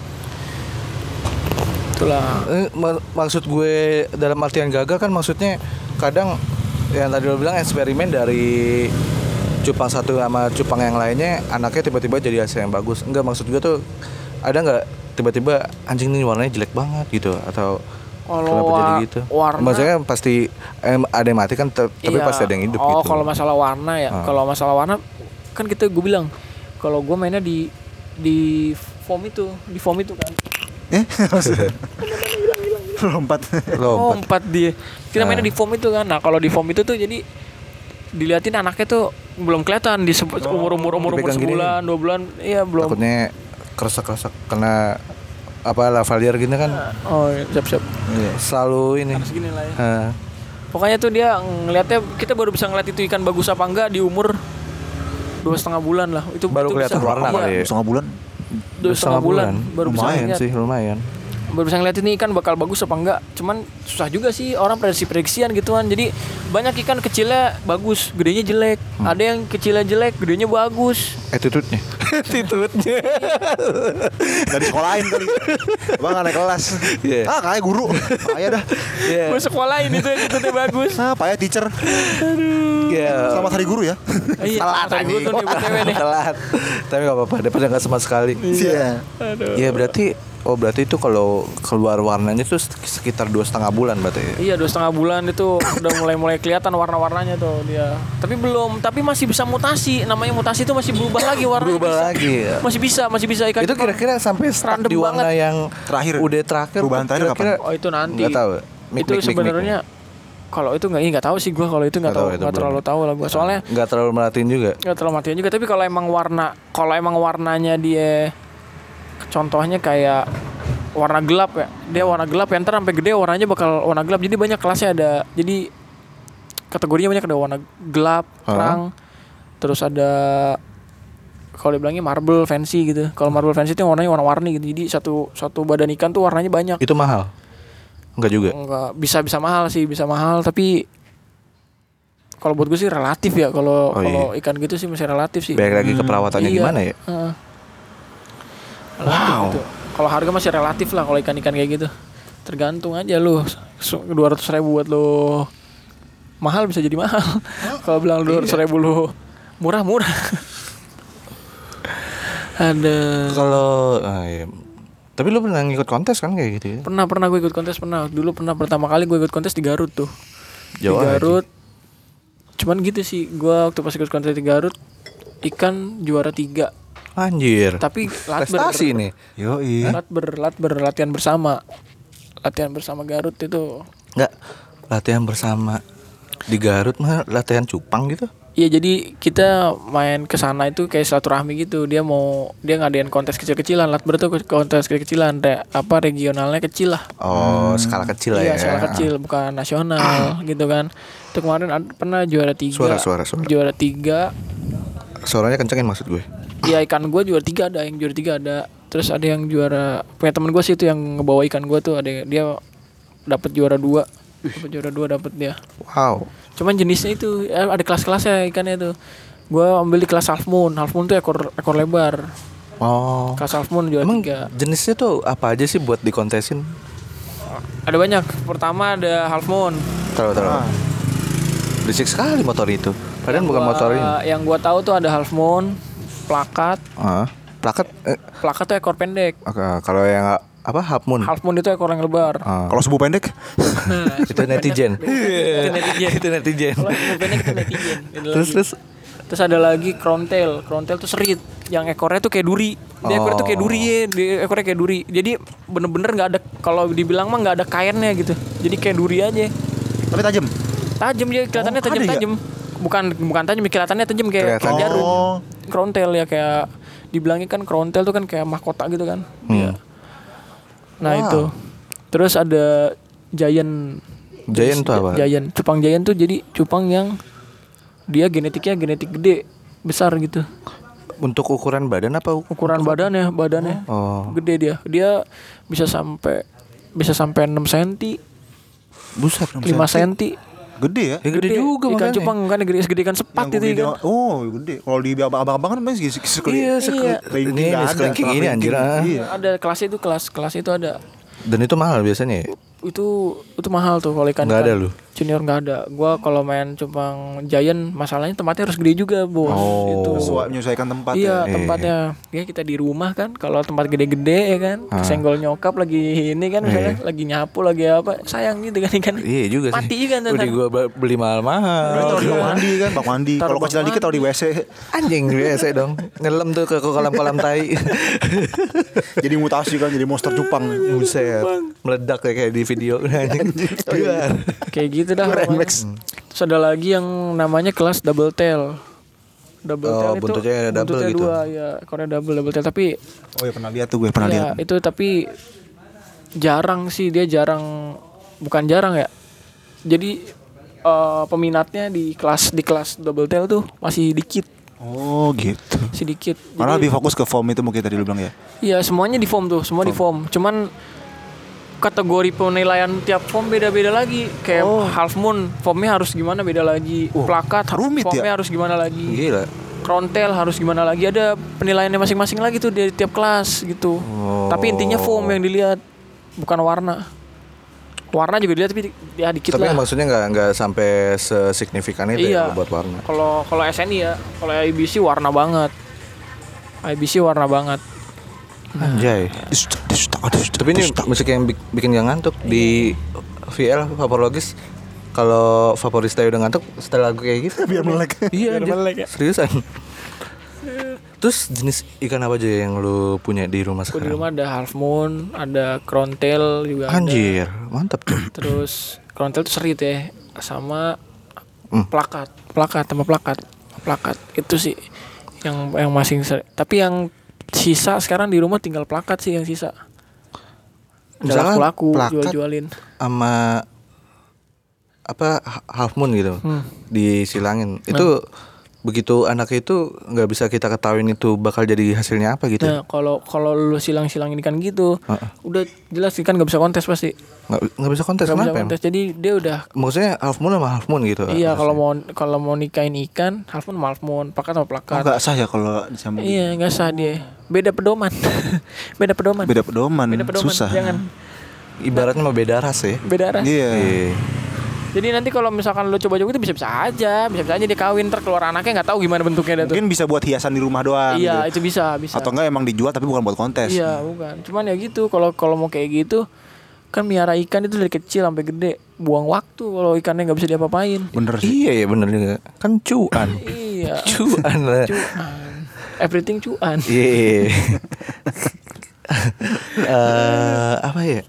Itulah. Eh, mak- maksud gue dalam artian gagal kan maksudnya kadang yang tadi lo bilang eksperimen dari cupang satu sama cupang yang lainnya anaknya tiba-tiba jadi hasil yang bagus. Enggak, maksud gue tuh ada nggak tiba-tiba anjing ini warnanya jelek banget gitu atau Kalau kenapa jadi wa- gitu? warna- Maksudnya pasti eh, ada yang mati kan te- tapi Iya. pasti ada yang hidup oh, gitu. kalau masalah warna ya, Ah. kalau masalah warna kan kita gue bilang kalau gue mainnya di di foam itu, di foam itu kan. Eh? Lompat. Oh, Lompat. empat dia. Kita mainnya Ah. di foam itu kan. Nah, kalau di foam itu tuh jadi diliatin anaknya tuh belum kelihatan di umur umur umur umur dipegang gini. sebulan, dua bulan, iya belum. Takutnya keresak-keresak kena apa lavalier gitu kan. Oh, iya, siap-siap. Iya, selalu ini. Harus gini lah ya. Eh, Pokoknya tuh dia ngeliatnya, kita baru bisa ngeliat itu ikan bagus apa enggak di umur dua setengah bulan lah. Itu Baru itu kelihatan bisa- warna iya, kali ya. Setengah bulan. dua setengah bulan, baru bisa lumayan ngeliat. sih, lumayan. Baru bisa ngeliat ini ikan bakal bagus apa enggak. Cuman susah juga sih orang prediksi-prediksian gituan. Jadi banyak ikan kecilnya bagus, gedenya jelek. Hmm. Ada yang kecilnya jelek, gedenya bagus. Attitude-nya. Attitude-nya. Gak disekolahin kali. Bang gak naik kelas. Iya. Ah kayak guru. Payah dah. Iya. Gue sekolahin itu yang gedenya bagus. Ah payah teacher. Iya. Selamat hari guru ya. Iya, Telat kata gue tuh nih B T W nih. Telat. Tapi enggak apa-apa, daripada enggak sama sekali. Iya. Iya, berarti oh berarti itu kalau keluar warnanya itu sekitar dua setengah bulan berarti ya? Iya, dua setengah bulan itu udah mulai-mulai kelihatan warna-warnanya tuh dia. Tapi belum, tapi masih bisa mutasi. Namanya mutasi itu masih berubah lagi warnanya. Berubah bisa. lagi ya? Masih bisa, masih bisa ikan Itu cupang. kira-kira sampai stuck Random di warna banget. yang Terakhir. udah terakhir Perubahan terakhir kira-kira Oh, itu nanti. nggak tahu. Mik, itu mik, mik, sebenarnya Kalau itu nggak, nggak tahu sih gue. Kalau itu nggak tahu, nggak terlalu tahu lah gue. Soalnya nggak terlalu merhatiin juga. Nggak terlalu merhatiin juga. Tapi kalau emang warna, kalau emang warnanya dia, contohnya kayak warna gelap ya, dia warna gelap ya, ntar sampai gede warnanya bakal warna gelap. Jadi banyak kelasnya ada. Jadi kategorinya banyak, ada warna gelap, terang, uh-huh. terus ada kalau dibilangnya marble fancy gitu. Kalau marble fancy itu warnanya warna-warni gitu. Jadi satu satu badan ikan tuh warnanya banyak. Itu mahal? Enggak juga? Enggak, bisa bisa mahal sih, bisa mahal. Tapi kalau buat gue sih relatif ya. Kalau oh, kalau iya. ikan gitu sih masih relatif sih. Balik lagi ke perawatannya hmm, gimana ya? Uh, wow. Gitu. Kalau harga masih relatif lah kalau ikan-ikan kayak gitu. Tergantung aja lu. dua ratus ribu buat lu mahal bisa jadi mahal. Kalau bilang dua ratus ribu lu murah-murah. Ada. Kalau ah, iya. Tapi lu pernah ngikut kontes kan kayak gitu ya? Pernah, pernah gue ikut kontes, pernah. Dulu pernah pertama kali gue ikut kontes di Garut tuh. Jauh di Garut. Aja. Cuman gitu sih, gue waktu pas ikut kontes di Garut, ikan juara tiga. Anjir. Tapi prestasi nih. Yoi. Latber, latber, latihan bersama. Latihan bersama Garut itu. Enggak, latihan bersama di Garut mah latihan cupang gitu. Iya, jadi kita main ke sana itu kayak silaturahmi gitu. Dia mau dia ngadain kontes kecil-kecilan. Latber tuh kontes kecil-kecilan, re, apa regionalnya kecil lah. Oh, hmm. skala kecil lah iya, ya. Iya, skala kecil, bukan nasional gitu kan. Itu kemarin ada, pernah juara tiga. Suara, suara, suara. Juara tiga. Suaranya kencengin maksud gue. Iya, ikan gue juara tiga ada, yang juara tiga ada. Terus ada yang juara, punya temen gue sih itu yang ngebawa ikan gue tuh, ada dia dapat juara dua. Dapat juara dua dapat dia. Wow. Cuman jenisnya itu ada kelas-kelasnya ikannya tuh. Gue ambil di kelas half moon. Half moon tuh ekor ekor lebar. Oh. Kelas half moon juara Emang tiga. Jenisnya tuh apa aja sih buat dikontesin? Ada banyak. Pertama ada half moon. Tahu tahu. Ah. Berisik sekali motor itu. Padahal bukan motor ini. Yang gue tahu tuh ada half moon, plakat. Ah. Plakat? Eh. Plakat tuh ekor pendek. Oke, kalau yang apa half moon? Half moon itu ekor yang lebar. Ah. Kalau sebu pendek? Nah, itu netizen. Itu netizen. Itu netizen. Kalau sebu pendek itu netizen. Terus terus. Terus ada lagi crown tail. Crown tail tuh serit. Yang ekornya tuh kayak duri. Dia oh. ekornya tuh kayak duri ya. Dia ekornya kayak duri. Jadi bener-bener nggak ada, kalau dibilang mah nggak ada kainnya gitu. Jadi kayak duri aja. Tapi tajam. Tajam dia kelihatannya oh, tajam-tajam. Bukan bukan tajam, kelihatannya tajam kayak oh. jarum. Crown tail ya, kayak dibilangnya kan crown tail tuh kan kayak mahkota gitu kan. Hmm. Ya. Nah wow. itu. Terus ada giant. Giant tuh apa? Giant. Cupang giant tuh jadi cupang yang dia genetiknya genetik gede, besar gitu. Untuk ukuran badan apa? Ukuran badannya, badannya. Oh. Gede dia. Dia bisa sampai bisa sampai enam sentimeter. Buset, lima sentimeter. Gede ya? Ya gede, gede juga ikan makanya. cupang kan gede, segede ikan sepat itu ikan. Oh, gede. Kalau di abang-abang kan masih sekali. Iya, sekali. Ini sekelingking ini anjir. Iya. Ada kelasnya itu, kelas kelas itu ada. Dan itu mahal biasanya ya? Itu itu mahal tuh kalau ikan. Nggak ada lu? Junior nggak ada. Gua kalau main cupang giant, masalahnya tempatnya harus gede juga, bos. Oh. Itu menyesuaikan tempat. Iya, ya? tempatnya. Ya kita di rumah kan, kalau tempat gede-gede ya kan, ah. kesenggol nyokap lagi ini kan, misalnya eh. lagi nyapu lagi apa, sayang gitu kan ikan. Iya juga sih. Mati juga kan. Udah gua beli mahal-mahal. Taruh di mandi kan, bak mandi. Kalau kecil dikit taruh di W C. Anjing di W C dong. Ngelem tuh ke kolam-kolam tai. Jadi mutasi kan, jadi monster cupang. Buset. Meledak kayak di video. Kayak gitu dah. Terus ada lagi yang namanya kelas double tail. Double oh, tail itu buntutnya ada double buntutnya gitu. dua ya, ekornya double double tail tapi oh ya pernah lihat tuh gue pernah ya, lihat. Itu tapi jarang sih, dia jarang, bukan jarang ya. Jadi uh, peminatnya di kelas di kelas double tail tuh masih dikit. Oh gitu. Sedikit. Karena lebih fokus ke foam itu mungkin tadi lu bilang ya. Iya, semuanya di foam tuh, semua foam. di foam. Cuman kategori penilaian tiap foam beda-beda lagi. Kayak oh. half moon, foamnya harus gimana beda lagi. Oh. Plakat, rumit foamnya ya? harus gimana lagi. Gila. Crown tail harus gimana lagi. Ada penilaiannya masing-masing lagi tuh dari tiap kelas gitu. Oh. Tapi intinya foam yang dilihat, bukan warna. Warna juga dilihat tapi ya dikit tapi lah. Tapi maksudnya nggak nggak sampai sesignifikan itu iya. ya buat warna. Kalau kalau S N I ya, kalau I B C warna banget. I B C warna banget. Anjay. Tapi ini musik yang bikin gak ngantuk di V L Vaporologis. Kalau Vaporista udah ngantuk setelah lagu kayak gitu biar melek. Iya, biar melek ya. Seriusan. Terus jenis ikan apa aja yang lu punya di rumah sekarang? Di rumah ada half moon, ada crown tail juga. Anjir, ada. Mantap tuh. Terus crown tail tuh serit ya. sama Hmm. plakat, plakat sama plakat, plakat itu sih yang yang masih ser- tapi yang sisa sekarang di rumah tinggal plakat sih yang sisa. Misalkan laku-laku plakat jual-jualin. sama apa ha- half moon gitu Hmm. disilangin itu begitu anaknya itu nggak bisa kita ketahuin itu bakal jadi hasilnya apa gitu. Nah, kalau kalau lu silang-silangin ikan gitu, Heeh. udah jelas ikan nggak bisa kontes pasti. nggak nggak bisa kontes Nggak bisa kenapa ya? kontes. Jadi dia udah Maksudnya half moon sama half moon gitu. iya kalau harusnya. mau kalau mau nikahin ikan, half moon sama half moon, plakat sama Oh, plakat. nggak sah ya kalau disambung. Iya, nggak sah dia. Beda pedoman. Beda pedoman. Beda pedoman, Beda pedoman. susah. Jangan Ibaratnya mah beda ras ya. beda ras. Iya. Iya. Jadi nanti kalau misalkan lu coba-coba itu bisa-bisa aja, bisa-bisa aja dia kawin ntar keluar anaknya nggak tahu gimana bentuknya dah tuh. Mungkin bisa buat hiasan di rumah doang. Iya, gitu. itu bisa, bisa. Atau enggak emang dijual tapi bukan buat kontes. Iya, bukan. Cuman ya gitu, kalau kalau mau kayak gitu kan miara ikan itu dari kecil sampai gede, buang waktu kalau ikannya nggak bisa diapa-apain. Bener sih. Iya ya bener juga. Kan cuan. Iya. Cuan lah. Cuan. Everything cuan. Iya. Eh, apa ya?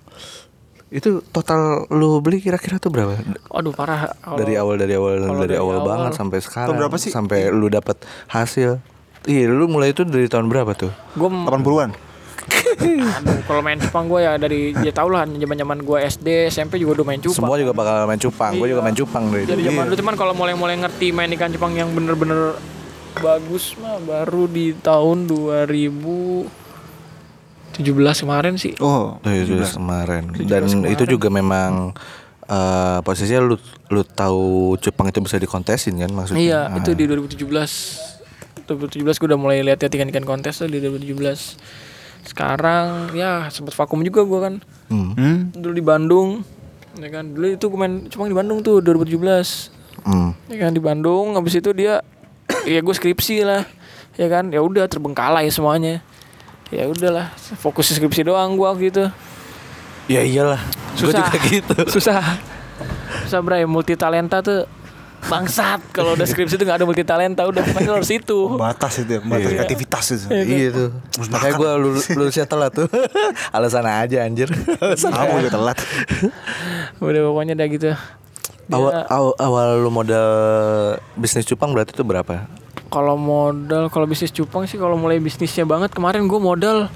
Itu total lu beli kira-kira tuh berapa? Aduh parah. Kalau- dari awal dari awal kalau dari, dari awal, awal. banget sampai sekarang. berapa sih? Sampai lu dapat hasil. Iya, lu mulai itu dari tahun berapa tuh? Gue delapan puluhan. aduh, kalau main cupang gue ya dari ya tau lah zaman-zaman gue S D, S M P juga udah main cupang. Semua juga bakal main cupang. Gue Iya. juga main cupang dari Dari dulu. zaman dulu cuman kalau mulai-mulai ngerti main ikan cupang yang bener-bener bagus mah baru di tahun dua ribu tujuh belas kemarin sih. Oh, tujuh tujuh belas belas. kemarin. tujuh Dan belas kemarin. itu juga memang eh, posisinya lu lu tahu cupang itu bisa dikontesin kan maksudnya. Iya, Ah. itu di dua ribu tujuh belas. dua ribu tujuh belas gue udah mulai lihat-lihat ikan-ikan kontes tuh di dua ribu tujuh belas. Sekarang ya sempat vakum juga gue kan. Hmm. Hmm? Dulu di Bandung. Ya kan, dulu itu gue main cupang di Bandung tuh dua ribu tujuh belas. Hmm. Ya kan di Bandung, habis itu dia ya gue skripsi lah. Ya kan, ya udah terbengkalai semuanya. Ya udahlah, fokus skripsi doang gua gitu. Ya iyalah. Gue Susah. juga gitu. Susah. Susah Bray, multi talenta tuh bangsat. Kalau udah skripsi tuh gak ada multi talenta, udah pokoknya harus itu. Batas itu, ya, batas Iya. kreativitas itu. Iya tuh. Makanya gue lulusnya telat tuh. Alasan aja anjir. Alasan Kamu juga telat. Udah pokoknya udah gitu. Dia- awal, awal, awal lu modal bisnis cupang berarti itu berapa? Kalau modal, kalau bisnis cupang sih kalau mulai bisnisnya banget kemarin gue modal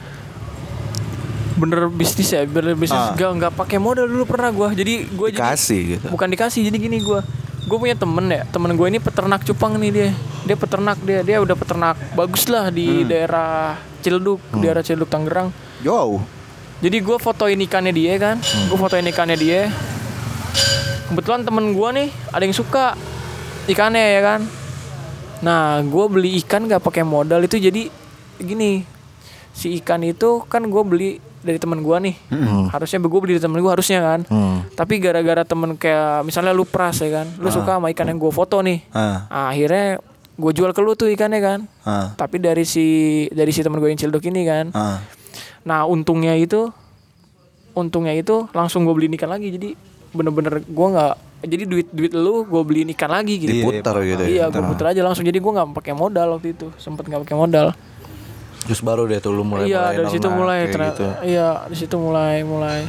bener bisnis ya, bener bisnis Ah. gak nggak pakai modal dulu pernah gue. Jadi gue jadi Dikasih gitu. bukan dikasih, jadi gini gue gue punya temen ya, temen gue ini peternak cupang nih dia, dia peternak dia dia udah peternak bagus lah di daerah Ciledug, daerah Ciledug Tangerang. Yo. Jadi gue fotoin ikannya dia kan, gue fotoin ikannya dia. Kebetulan temen gue nih ada yang suka ikannya ya kan. Nah gue beli ikan gak pakai modal itu jadi gini, si ikan itu kan gue beli dari temen gue nih. Harusnya gue beli dari temen gue harusnya kan. Hmm. Tapi gara-gara temen kayak misalnya lu pras ya kan, lu suka sama ikan yang gue foto nih. Ah. Nah, akhirnya gue jual ke lu tuh ikannya kan. Ah. Tapi dari si dari si temen gue yang Ciledug ini kan. Ah. Nah untungnya itu, untungnya itu langsung gue beliin ikan lagi. Jadi bener-bener gue nggak, jadi duit duit lu gue beliin ikan lagi gitu. Iya, Diputar gitu ya. Iya, gue puter aja langsung. Jadi gue nggak pakai modal waktu itu, sempet nggak pakai modal. Terus baru deh tuh lu mulai Iya, mulai dari situ nongnak mulai. kayak ternyata- gitu. Iya, dari situ mulai mulai.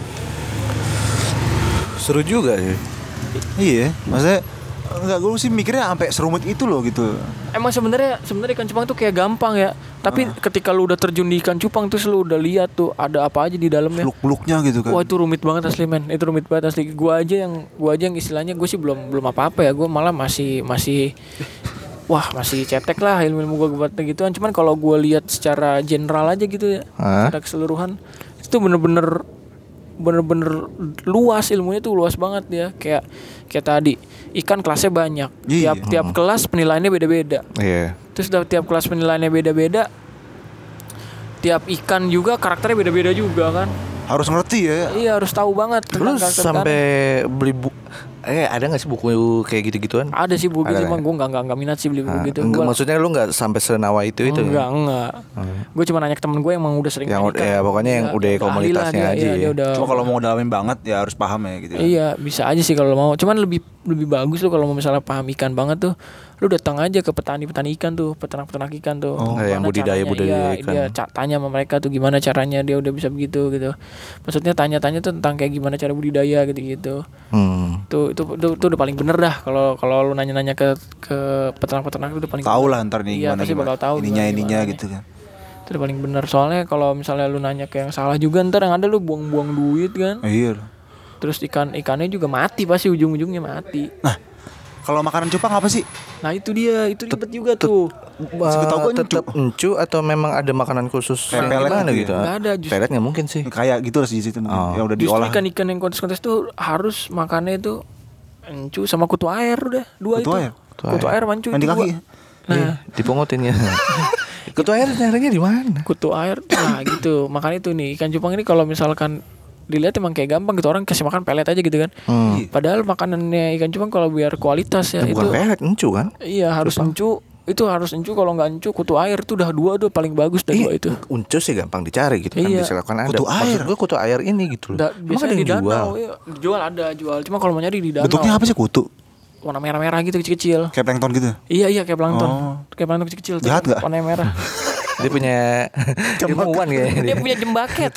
Seru juga sih. Iya, maksudnya enggak, gue sih mikirnya sampai serumit itu loh gitu. Emang sebenarnya sebenarnya ikan cupang tuh kayak gampang ya. Tapi ketika lu udah terjun di ikan cupang terus lu udah lihat tuh ada apa aja di dalamnya. Peluk-peluknya gitu kan. Wah itu rumit banget asli men, itu rumit banget asli. Gua aja yang gua aja yang istilahnya gue sih belum belum apa-apa ya, gue malah masih masih wah masih cetek lah ilmu-ilmu gue buat gituan. Cuman kalau gue lihat secara general aja gitu ya, Hah? secara keseluruhan itu bener-bener bener-bener luas ilmunya tuh luas banget ya. Kayak kayak tadi ikan kelasnya banyak, Iya. tiap tiap kelas penilaiannya beda-beda. Iya. Terus da- tiap kelas penilaiannya beda-beda. Tiap ikan juga karakternya beda-beda juga kan. Harus ngerti ya. Iya harus tahu banget Lu tentang karakter sampai beli bu eh ada nggak sih buku kayak gitu-gituan? ikan. Ada sih buku Ada gitu, kan? emang gue nggak nggak nggak minat sih beli buku Nah, gitu. enggak, Gua- maksudnya lu nggak sampai senawa itu itu enggak enggak. Gue cuma nanya ke temen gue yang emang udah sering Yang main udah- ikan. ya, pokoknya yang Iya, udah ahli lah komunitasnya dia, aja iya, ya. dia udah. Cuma kalau mau dalamin banget ya harus paham ya gitu. Iya bisa aja sih kalau mau. Cuman lebih lebih bagus tuh kalau mau misalnya paham ikan banget tuh, lu datang aja ke petani-petani ikan tuh, peternak-peternak ikan tuh. Oh, Gimana yang budidaya- caranya, budidaya iya, ikan. Dia ca- tanya sama mereka tuh gimana caranya dia udah bisa begitu gitu. Maksudnya tanya-tanya tuh tentang kayak gimana cara budidaya gitu-gitu. Hmm. Tuh itu itu itu, itu udah paling bener dah kalau kalau lu nanya-nanya ke ke peternak-peternak itu udah paling Tahu bener. lah ntar nih Iya, gimana pasti gimana. bakal tahu ininya gimana, ininya gimana gitu kan. Itu udah paling bener. Soalnya kalau misalnya lu nanya ke yang salah juga ntar yang ada lu buang-buang duit kan. Iya. Terus ikan ikannya juga mati pasti ujung-ujungnya mati. Nah, kalau makanan cupang apa sih? Nah itu dia, itu ribet juga tuh. Setahu gua tetap encu atau memang ada makanan khusus Kayak yang pelet gimana gitu gitu? ya? Nggak ada, justru. Pelet nggak mungkin sih. Kayak gitu harus di situ mungkin. Oh. Yang udah Justru diolah. ikan-ikan yang kontes-kontes tuh harus makannya itu encu sama kutu air udah dua Kutu itu. air? Kutu air, kutu air mancu Yang di itu kaki. dua. Nah, Dipungutin ya. Kutu air nyarinya di mana? kutu air nah gitu. Makanya itu nih ikan cupang ini kalau misalkan dilihat emang kayak gampang gitu, orang kasih makan pelet aja gitu kan. Hmm. Padahal makanannya ikan cupang kalau biar kualitas ya Itu itu bukan pelet, encu kan? iya harus encu. Itu harus encu, kalau nggak encu kutu air tuh udah dua tuh paling bagus dah dua itu. Uncu sih gampang dicari gitu kan, Iya. bisa lakukan ada. Kutu air? Maksud gue kutu air ini gitu loh. Da, Emang biasanya ada di yang jual? danau, iya, dijual ada jual. Cuma kalau mau nyari di danau. Bentuknya apa sih kutu? Warna merah-merah gitu kecil-kecil. Kayak plankton gitu. Iya iya kayak plankton. Oh. Kayak plankton kecil-kecil tuh. Jahat nggak? Warna merah. Dia punya ilmuwan kayaknya Dia dia. punya jembaket.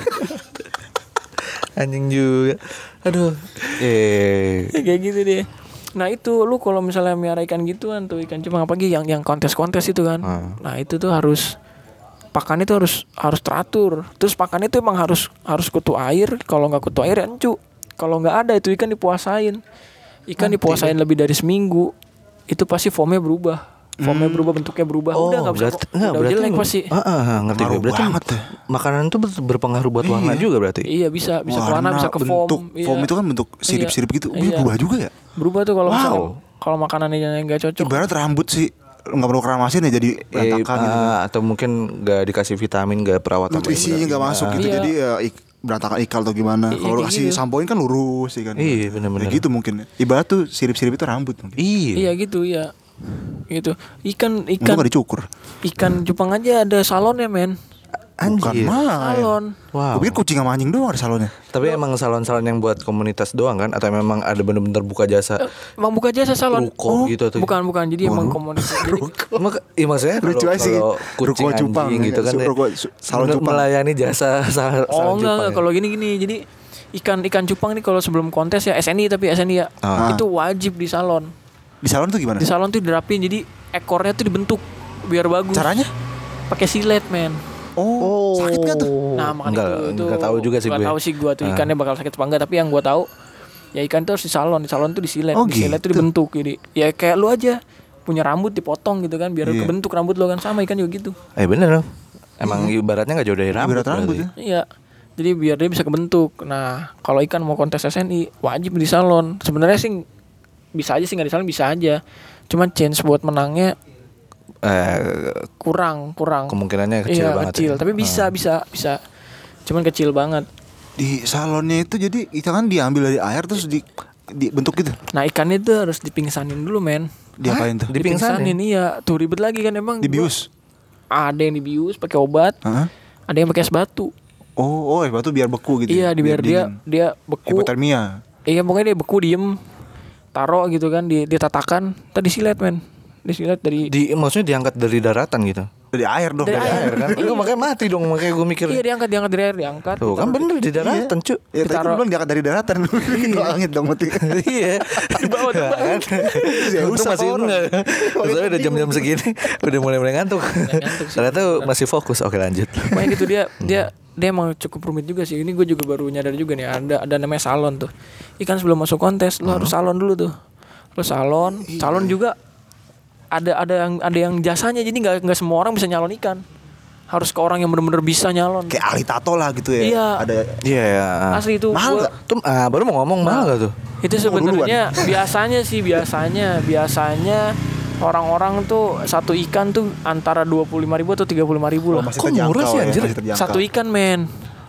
Anjing juga. Aduh. Eh. Kayak gitu deh. Nah itu lu kalau misalnya miara ikan gituan tuh ikan cupang apalagi yang yang kontes-kontes itu kan. Hmm. Nah itu tuh harus pakannya tuh harus harus teratur. Terus pakannya tuh emang harus harus kutu air. Kalau nggak kutu air ya encu. Kalau nggak ada itu ikan dipuasain. Ikan dipuasain lebih dari seminggu. Itu pasti foamnya berubah. Foamnya berubah, bentuknya berubah. Udah nggak bisa berarti, kok. enggak, Udah berarti jelek lu- pasti. Ah, ah, ah, ngerti gue. Ngaruh Berarti banget ya. makanan itu ber- berpengaruh buat warna juga berarti. Iya bisa bisa ke warna, bisa ke foam. bentuk. Iya. Foam itu kan bentuk sirip-sirip gitu. Wih, Iya. berubah juga ya. Berubah tuh kalau Wow. misalkan kalau makanannya yang nggak cocok. Ibarat rambut sih nggak perlu keramasin ya jadi Eh, berantakan gitu. ah, atau mungkin gak dikasih vitamin, gak perawatan. Nutrisinya nggak masuk gitu Iya. jadi ya ik- berantakan ikal atau gimana. Iya, Kalau lu kayak kasih gitu. sampoin kan lurus ya kan. Iya, bener-bener. Ya gitu mungkin. Ibarat tuh sirip-sirip itu rambut mungkin. Iya. Iya gitu ya. Gitu. Ikan Untung ikan nggak dicukur. ikan cupang aja ada salonnya men. Bukan Anjir. malah. Salon. Wow. Gue pikir kucing sama anjing doang ada salonnya. Tapi emang salon-salon yang buat komunitas doang kan? Atau memang ada bener-bener buka jasa Emang buka jasa salon. ruko gitu atau Bukan bukan jadi emang komunitas. Jadi Emang, iya maksudnya kalau, Lucu aja sih. kalau kucing Ruko cupang, anjing gitu kan su- ya, ruko su- salon bener- cupang. melayani jasa sal- oh salon enggak, cupang enggak. ya. Kalau gini gini jadi ikan ikan cupang nih kalau sebelum kontes ya S N I tapi S N I ya Ah. itu wajib di salon. Di salon tuh gimana? Di salon tuh dirapin jadi ekornya tuh dibentuk biar bagus. Caranya? Pakai silet men. Oh, sakit gak tuh? Nah makanya Enggak, itu, itu enggak tahu juga sih nggak gue. tahu sih gue tuh ikannya bakal sakit apa enggak, tapi yang gue tahu ya ikan tuh harus di salon, di salon tuh disilet, Oh, disilet tuh gitu. dibentuk jadi ya kayak lu aja punya rambut dipotong gitu kan biar Iya. kebentuk rambut lo kan sama ikan juga gitu. Eh bener dong. Emang ibaratnya gak jauh dari rambut. Ibarat rambut berarti. ya. Iya. Jadi biar dia bisa kebentuk. Nah, kalau ikan mau kontes S N I wajib di salon. Sebenarnya sih bisa aja sih nggak di salon bisa aja. Cuman chance buat menangnya Eh, kurang, kurang. kemungkinannya kecil iya, banget. kecil. ya. Tapi bisa, bisa, bisa. Cuman kecil banget. Di salonnya itu jadi ikan kan diambil dari air terus di dibentuk gitu. Nah, ikannya tuh harus dipingsanin dulu, men. Diapain tuh? Dipingsanin? iya. Tuh ribet lagi kan emang. Dibius. Gua- Ada yang dibius pakai obat, Heeh. ada yang pakai es batu. Oh, oh, es batu biar beku gitu. Iya, ya? di biar dia dingin. dia beku. Hipotermia. Iya, pokoknya dia beku diem. Taruh gitu kan di ditatakan, tadi silet, men. Disilet dari Di maksudnya diangkat dari daratan gitu. Dari air dong. Dari Air kan. Lu makanya mati dong, makanya gue mikir. Iya, diangkat, diangkat dari air, diangkat. Tuh kan bener di daratan, cu. Ya tadi Ditaruh- lu bilang diangkat dari daratan. Itu langit dong mati. Iya. Di bawah tuh, kan. Ya, Untung usah masih orang. enggak. Soalnya udah jam-jam segini udah mulai-mulai ngantuk. ngantuk sih. Ternyata masih fokus. Oke, lanjut. Pokoknya gitu dia dia dia emang cukup rumit juga sih. Ini gue juga baru nyadar juga nih ada ada namanya salon tuh. Ikan sebelum masuk kontes lu harus salon dulu tuh. Lu salon, salon juga ada ada yang ada yang jasanya jadi nggak nggak semua orang bisa nyalon ikan. Harus ke orang yang benar-benar bisa nyalon. Kayak ahli tato lah gitu ya. Iya. Ada Iya ya. Asli itu. mahal gua- nggak? Tuh ah, baru mau ngomong mahal gak tuh? Itu sebenarnya biasanya sih biasanya biasanya orang-orang tuh satu ikan tuh antara dua puluh lima ribu atau tiga puluh lima ribu Oh, lah. masih Kok terjangkau murah sih, ya, anjir? masih terjangkau. Satu ikan men.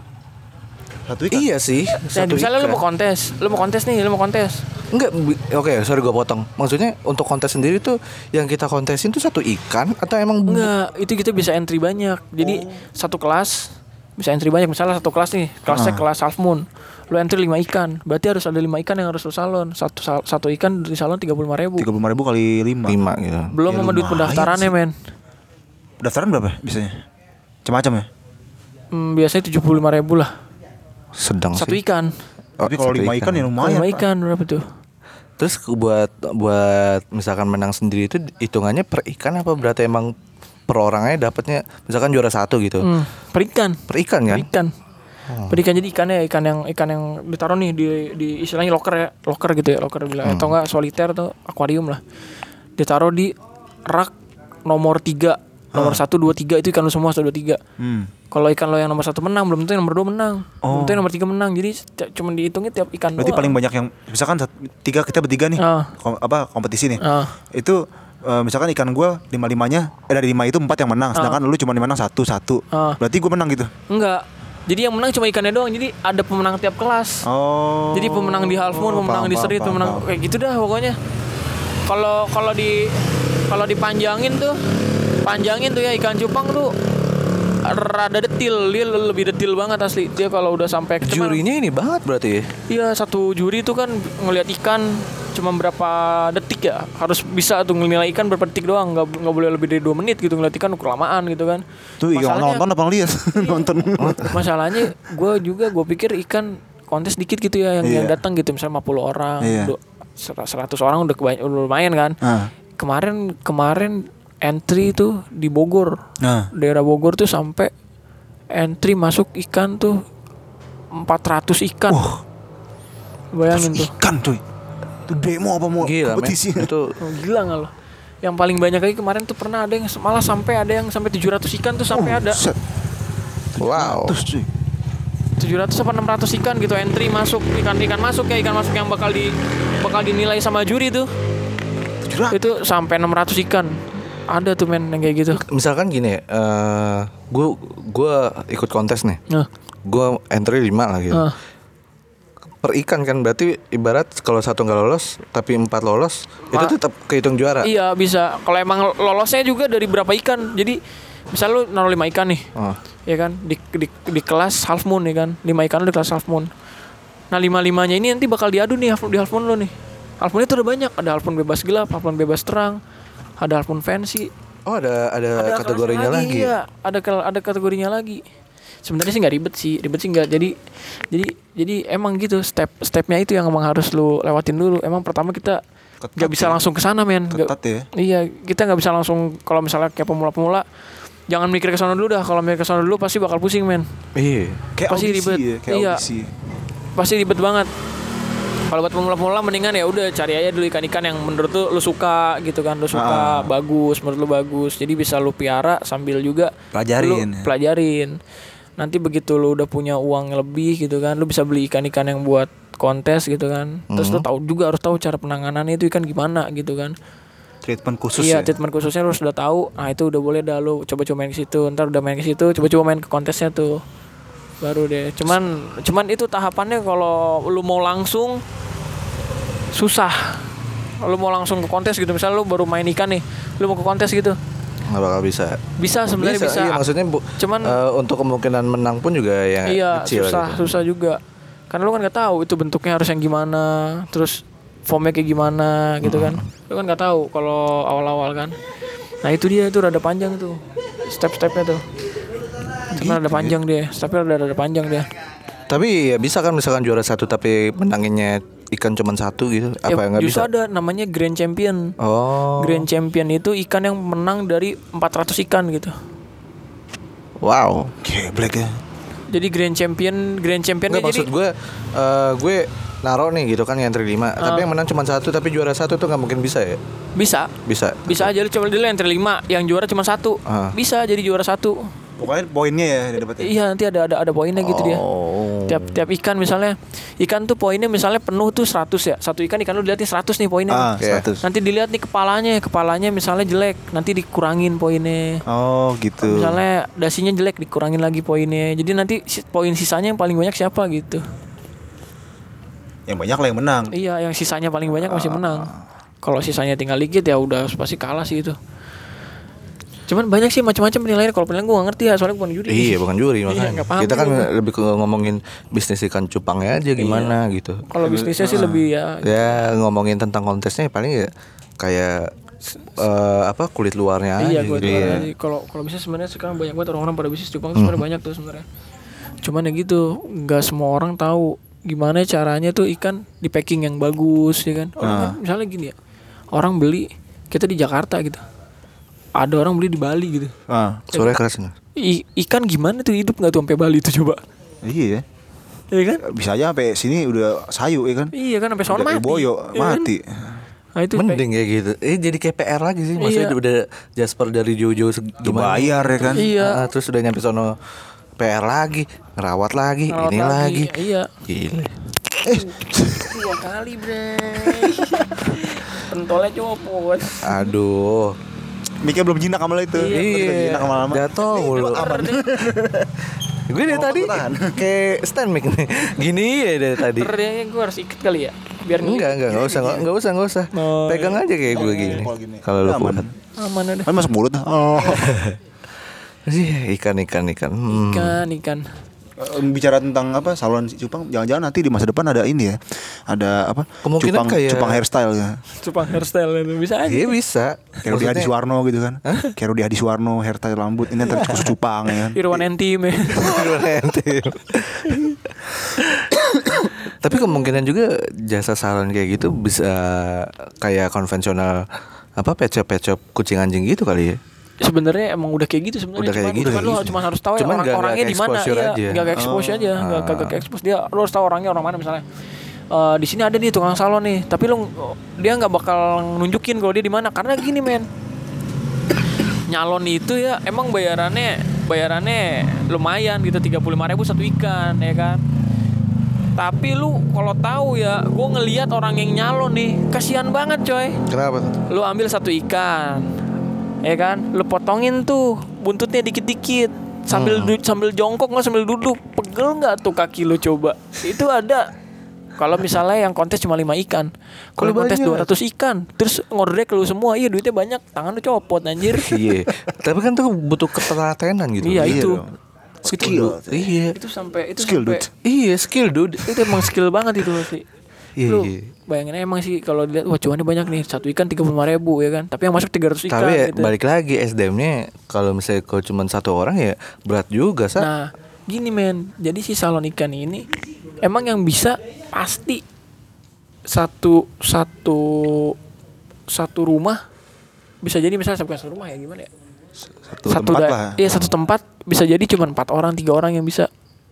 Satu ikan. Iya sih. Nah, Satu misalnya lu ikan. mau kontes, lu mau kontes nih, lu mau kontes. Enggak, bi- oke, sorry gue potong. Maksudnya untuk kontes sendiri tuh yang kita kontesin tuh satu ikan atau emang bu- Enggak, itu kita bisa entry banyak. Jadi satu kelas bisa entry banyak. Misalnya satu kelas nih, kelasnya kelas half moon. Lu entry lima ikan. Berarti harus ada lima ikan yang harus lu salon. Satu sal- satu ikan di salon tiga puluh lima ribu. tiga puluh lima ribu kali lima. lima gitu? Belum Ya, sama duit lumayan pendaftarannya, sih. men. Pendaftaran berapa biasanya? Macam-macam ya? Hmm, biasanya tujuh puluh lima ribu lah. Sedang Satu sih. ikan. Tapi kalau satu lima ikan ya Kalau lumayan. lima Pak. ikan berapa tuh? Terus buat buat misalkan menang sendiri itu hitungannya per ikan apa berarti emang per orangnya dapatnya misalkan juara satu gitu? Hmm, per ikan. Per ikan kan? Per ikan. Oh. Per ikan, jadi ikannya ikan yang ikan yang ditaruh nih di di istilahnya locker ya, locker gitu ya, locker bilang hmm. atau enggak soliter atau akuarium lah. Ditaruh di rak nomor tiga, nomor ah. satu, dua, tiga itu ikan lu semua satu, dua, tiga. Hmm. Kalau ikan lo yang nomor satu menang, belum tentu yang nomor dua menang, oh. belum tentu yang nomor tiga menang. Jadi cuma dihitungnya tiap ikan. Berarti doang. paling banyak yang misalkan tiga kita bertiga nih, ah. kom, apa kompetisi nih, ah. itu uh, misalkan ikan gue lima limanya, eh dari lima itu empat yang menang, sedangkan ah. lu cuma menang satu satu. Ah. Berarti gue menang gitu? Enggak. Jadi yang menang cuma ikannya doang. Jadi ada pemenang tiap kelas. Oh. Jadi pemenang di half moon, oh, pemenang paham, di street, paham, pemenang paham. kayak gitu dah pokoknya. Kalau kalau di kalau dipanjangin tuh, panjangin tuh ya ikan cupang tuh rada detil, dia lebih detil banget asli. Dia kalau udah sampai jurinya ini banget berarti ya? Iya, satu juri tuh kan ngelihat ikan cuma berapa detik ya, harus bisa tuh nilai ikan berapa detik doang, nggak nggak boleh lebih dari dua menit gitu ngeliat ikan kelamaan gitu kan. Tuh iya, nonton apa ngeliat? Nonton. Masalahnya gue juga gue pikir ikan kontes dikit gitu ya yang iya. yang datang gitu, misalnya lima puluh orang, iya. seratus orang udah kebany- udah lumayan kan. Ah. Kemarin kemarin entry tuh di Bogor, nah. daerah Bogor tuh sampai entry masuk ikan tuh empat ratus ikan. Uh, Bayangin tuh. Ikan tuh. Itu demo apa mau gila, kompetisi? Itu oh, gila nggak lo? Yang paling banyak lagi kemarin tuh pernah ada yang malah sampai ada yang sampai tujuh ratus ikan tuh sampai oh, ada. Set. Wow. tujuh ratus apa enam ratus ikan gitu entry masuk, ikan-ikan masuk ya, ikan masuk yang bakal di bakal dinilai sama juri tuh. tujuh ratus Itu sampai enam ratus ikan. Ada tuh men yang kayak gitu. Misalkan gini ya, uh, gue gue ikut kontes nih, uh. gue entry lima lah gitu. Uh. Per ikan kan berarti ibarat kalau satu nggak lolos tapi empat lolos Ma- itu tetap kehitung juara. Iya bisa. Kalau emang lolosnya juga dari berapa ikan. Jadi misal lu naruh lima ikan nih, uh. ya kan di, di di kelas half moon ya kan, lima ikan lu di kelas half moon. Nah lima limanya ini nanti bakal diadu nih di half moon lu nih. Half moon itu udah banyak, ada half moon bebas gelap, half moon bebas terang. Ada half moon fancy. Oh ada ada, ada kategorinya lagi. Iya, ada ada kategorinya lagi. Sebenarnya sih nggak ribet sih, ribet sih nggak. Jadi jadi jadi emang gitu step stepnya itu yang emang harus lu lewatin dulu. Emang pertama kita nggak bisa ya? langsung ke sana men. Ketat ya. Iya, kita nggak bisa langsung kalau misalnya kayak pemula-pemula. Jangan mikir ke sana dulu dah. Kalau mikir ke sana dulu pasti bakal pusing men. Iya. Kayak pasti ribet. Ya, kayak iya. audisi. Pasti ribet banget. Kalau buat pemula-pemula mendingan ya udah cari aja dulu ikan-ikan yang menurut lu, lu suka gitu kan, lu suka ah. bagus, menurut lu bagus. Jadi bisa lu piara sambil juga pelajarin. Lu ya. pelajarin. Nanti begitu lu udah punya uang lebih gitu kan, lu bisa beli ikan-ikan yang buat kontes gitu kan. Hmm. Terus lu tahu juga harus tahu cara penanganannya itu ikan gimana gitu kan. Treatment khusus iya, ya. treatment khususnya lu sudah tahu. Nah, itu udah boleh dah lu coba-coba main ke situ. Ntar udah main ke situ, coba-coba main ke kontesnya tuh. Baru deh. Cuman cuman itu tahapannya kalau lu mau langsung susah. Lu mau langsung ke kontes gitu, misalnya lu baru main ikan nih, lu mau ke kontes gitu, nggak bakal bisa. Bisa sebenarnya bisa. bisa. Iya, maksudnya bu, cuman uh, untuk kemungkinan menang pun juga yang iya, kecil. Susah, gitu. susah juga. Karena lu kan nggak tahu itu bentuknya harus yang gimana, terus formnya kayak gimana gitu hmm. kan. Lu kan nggak tahu kalau awal-awal kan. Nah itu dia itu rada panjang tuh, step-stepnya tuh. Cuma rada panjang dia, stepnya rada rada panjang dia. Tapi ya bisa kan misalkan juara satu tapi menanginnya ikan cuma satu gitu, apa ya, yang nggak bisa? Justru ada namanya Grand Champion. Oh. Grand Champion itu ikan yang menang dari empat ratus ikan gitu. Wow. Oke, black ya. Jadi Grand Champion, Grand Champion nggak, maksud jadi gue, uh, gue naro nih gitu kan yang entry lima, uh. tapi yang menang cuma satu, tapi juara satu tuh nggak mungkin bisa ya? Bisa. Bisa. Bisa aja lu coba dulu entry lima, yang juara cuma satu, uh. bisa jadi juara satu. Pokoknya poinnya ya dia dapatnya. Iya, nanti ada ada ada poinnya gitu oh. dia. Tiap tiap ikan misalnya, ikan tuh poinnya misalnya penuh tuh seratus ya. Satu ikan ikan lu dilihatin seratus nih poinnya. Ah, seratus. Nanti dilihat nih kepalanya, kepalanya misalnya jelek, nanti dikurangin poinnya. Oh, gitu. Misalnya dasinya jelek, dikurangin lagi poinnya. Jadi nanti poin sisanya yang paling banyak siapa gitu. Yang banyak lah yang menang. Iya, yang sisanya paling banyak masih menang. Kalau sisanya tinggal dikit ya udah pasti kalah sih itu. Cuman banyak sih macam-macam penilaian. Kalau penilaian gue gak ngerti ya, soalnya bukan juri. Iya, bukan juri makanya. Iya, kita kan juga lebih ke ngomongin bisnis ikan cupangnya aja gimana iya. gitu. Kalau bisnisnya uh, sih lebih ya. Ya ngomongin tentang kontesnya paling ya kayak uh, apa kulit luarnya iya, aja. Kulit gitu. luarnya aja. Kalau kalau bisnis sebenarnya sekarang banyak banget orang-orang pada bisnis cupang hmm. sebenarnya banyak tuh sebenarnya. Cuman ya gitu, nggak semua orang tahu gimana caranya tuh ikan di packing yang bagus ya kan. Orang kan misalnya gini ya, orang beli kita di Jakarta gitu, ada orang beli di Bali gitu. Ah, Suaranya keras nggak? I, ikan gimana tuh hidup nggak tuh sampai Bali tuh coba? iya. Iya kan? Bisa aja sampai sini udah sayu ya kan. Iya kan sampai sono Udah mati. boyo, Iya kan? mati. Nah, itu Mending kayak gitu. Eh jadi kayak P R lagi sih. Maksudnya Iya. udah Jasper dari jauh-jauh seg- gimana? Bayar ya kan. Iya. Ah, terus udah nyampe sono P R lagi, ngerawat lagi, Ngerawat ini lagi. Iya. Gile. Dua kali bre. Pentolnya copot. Aduh. Miknya belum jinak sama lo itu. Iya. Ketika jinak lama-lama. Jatuh mulu. Gue dari tadi tahan. kayak stand mic nih. Gini ya dari tadi. Kayaknya gue harus ikat kali ya. Biar Enggak, enggak, enggak usah, enggak usah, enggak usah. Oh, Pegang aja kayak gue gini. kalau gini. Kalau lu Aman. kuat. aman ada. Kan masuk mulut. Oh. Sih, ikan, ikan, ikan. Hmm. Ikan, ikan. Eh, Bicara tentang apa salon cupang, jangan-jangan nanti di masa depan ada ini ya, ada apa? Kemungkinan cupang, kayak- cupang hairstyle ya. Cupang hairstyle itu bisa aja. Iya bisa. Kayak Rudi Hadi Suwarno gitu kan. Kayak Rudi Hadi Suwarno hairstyle rambut ini ntar khusus cupang ya kan. Irwan Entim ya. Tapi kemungkinan juga jasa salon kayak gitu bisa kayak konvensional apa pecop-pecop kucing anjing gitu kali ya. Sebenarnya emang udah kayak gitu sebenarnya. Udah kayak Cuman- gitu, cuman kayak lu gitu. cuma harus tahu ya Cuman orang nggak- orangnya nggak di mana. exposure Iya, aja. nggak ke expose aja, nggak Ah. kagak ke expose dia. Lu harus tahu orangnya orang mana misalnya. Eh, di sini ada nih tukang salon nih, tapi lu dia nggak bakal nunjukin kalau dia di mana karena gini men. Nyalon itu ya emang bayarannya bayarannya lumayan gitu tiga puluh lima ribu satu ikan ya kan. Tapi lu kalau tahu ya, gue ngelihat orang yang nyalon nih, kasihan banget coy. Kenapa tuh? Lu ambil satu ikan, ya kan? Lu potongin tuh buntutnya dikit-dikit, sambil du- sambil jongkok nggak sambil duduk, pegel nggak tuh kaki lu coba? Itu ada. Kalau misalnya yang kontes cuma lima ikan, kalau Kalau kontes banyak. dua ratus ikan, terus ngordernya ke lu semua, iya duitnya banyak, tangan lu copot anjir. Iya. Tapi kan tuh butuh ketelatenan gitu. Iya itu. dong. Skill. Iya. Itu sampai itu Skill, sampai dude. Iya, skill dude. itu emang skill banget itu pasti. Iya, Lu iya. bayangin aja emang sih kalau dilihat wah cuannya banyak nih, satu ikan tiga puluh lima ribu ya kan. Tapi yang masuk tiga ratus ikan Tapi ya, gitu. balik lagi S D M-nya kalau misalnya kalau cuma satu orang ya berat juga, Sa. Nah, gini men, jadi si salon ikan ini emang yang bisa pasti satu satu satu rumah bisa jadi misalnya bukan satu rumah ya gimana ya? Satu, tempat da- lah. Iya satu tempat bisa jadi cuma empat orang tiga orang yang bisa.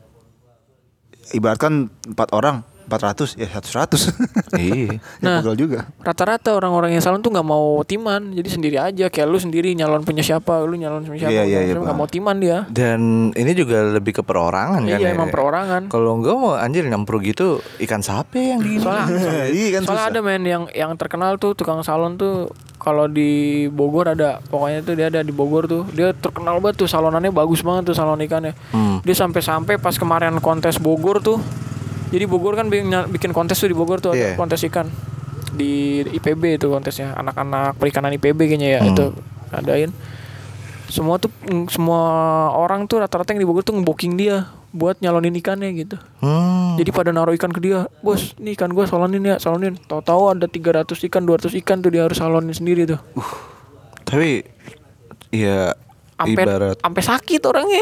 Ibaratkan empat orang empat ratus ya seratus seratus. Iya. Nah. Ya pegel juga. Rata-rata orang-orang yang salon tuh nggak mau timan, jadi sendiri aja. Kayak lu sendiri nyalon punya siapa, lu nyalon punya siapa, Iya, iya, iya, nggak paham. mau timan dia. Dan ini juga lebih ke perorangan kan. Iya ya? emang perorangan. Kalau enggak mau anjir nyemprot gitu ikan sapi yang di Soalnya, Iya kan soalnya susah. ada men yang yang terkenal tuh tukang salon tuh kalau di Bogor ada, pokoknya tuh dia ada di Bogor tuh, dia terkenal banget tuh salonannya bagus banget tuh salon ikannya. Hmm. Dia sampai-sampai pas kemarin kontes Bogor tuh, jadi Bogor kan bikin, bikin kontes tuh di Bogor tuh ada Iya. kontes ikan di I P B itu kontesnya, anak-anak perikanan I P B kayaknya ya Hmm. itu adain. Semua tuh mm, semua orang tuh rata-rata yang di Bogor tuh nge-booking dia buat nyalonin ikannya gitu. Hmm. Jadi pada naruh ikan ke dia, bos, nih ikan gue salonin ya, salonin. Tahu-tahu ada tiga ratus ikan, dua ratus ikan tuh dia harus salonin sendiri tuh. Tapi ya Ampe, ibarat ampe sakit orangnya.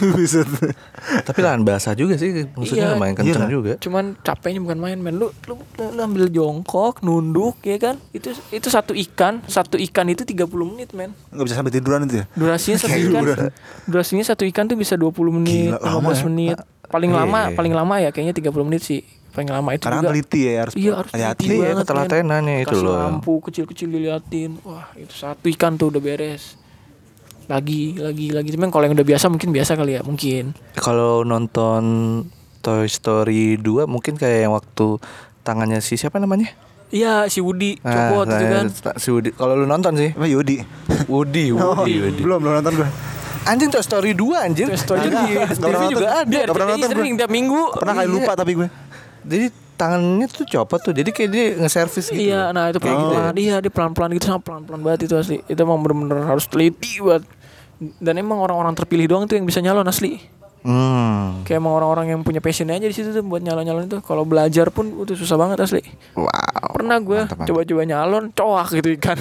tapi lahan basah juga sih maksudnya Iya. lumayan kenceng Iya. juga. Cuman capeknya bukan main, men. Lu, lu, lu ambil jongkok, nunduk, ya kan? Itu itu satu ikan, satu ikan itu tiga puluh menit, men. Nggak bisa sampai tiduran itu ya. Durasinya satu Kayak ikan. hiburan. Durasinya satu ikan tuh bisa dua puluh menit, Gila, lima lama belas ya. menit. Paling Iya, lama, iya. paling lama ya kayaknya tiga puluh menit sih. Paling lama itu Karena juga. teliti ya harus Iya harus hati-hati. teliti Iya, banget, men. ketelatenannya itu Kasih loh. lampu kecil-kecil diliatin. Wah itu satu ikan tuh udah beres. Lagi, lagi, lagi. Cuman kalau yang udah biasa mungkin biasa kali ya, mungkin. Kalau nonton Toy Story dua mungkin kayak yang waktu tangannya si siapa namanya? Iya si Woody Ah, copot itu kan. nah, si Woody. Kalau lu nonton sih Apa Yudi? Woody, Oh, Woody, Woody. belum belum nonton gue. Anjing Toy Story dua anjir. Toy Story Anjing dua. di Nggak T V pernah juga nonton. ada. Dia Nggak pernah nonton sering tiap minggu. Pernah kali Iya. lupa tapi gue. Jadi tangannya tuh copot tuh. Jadi kayak dia nge-service gitu. Iya, nah itu Kayak gitu ya. pelan-pelan. Iya, dia pelan-pelan gitu sama pelan-pelan banget itu asli. Itu emang bener-bener harus teliti banget. Dan emang orang-orang terpilih doang tuh yang bisa nyalon asli. Hmm. Kayak emang orang-orang yang punya passion aja di situ tuh buat nyalon-nyalon itu. Kalau belajar pun itu susah banget asli. Wow. Pernah gue Mantap, mantap. coba-coba nyalon, coak gitu ikan.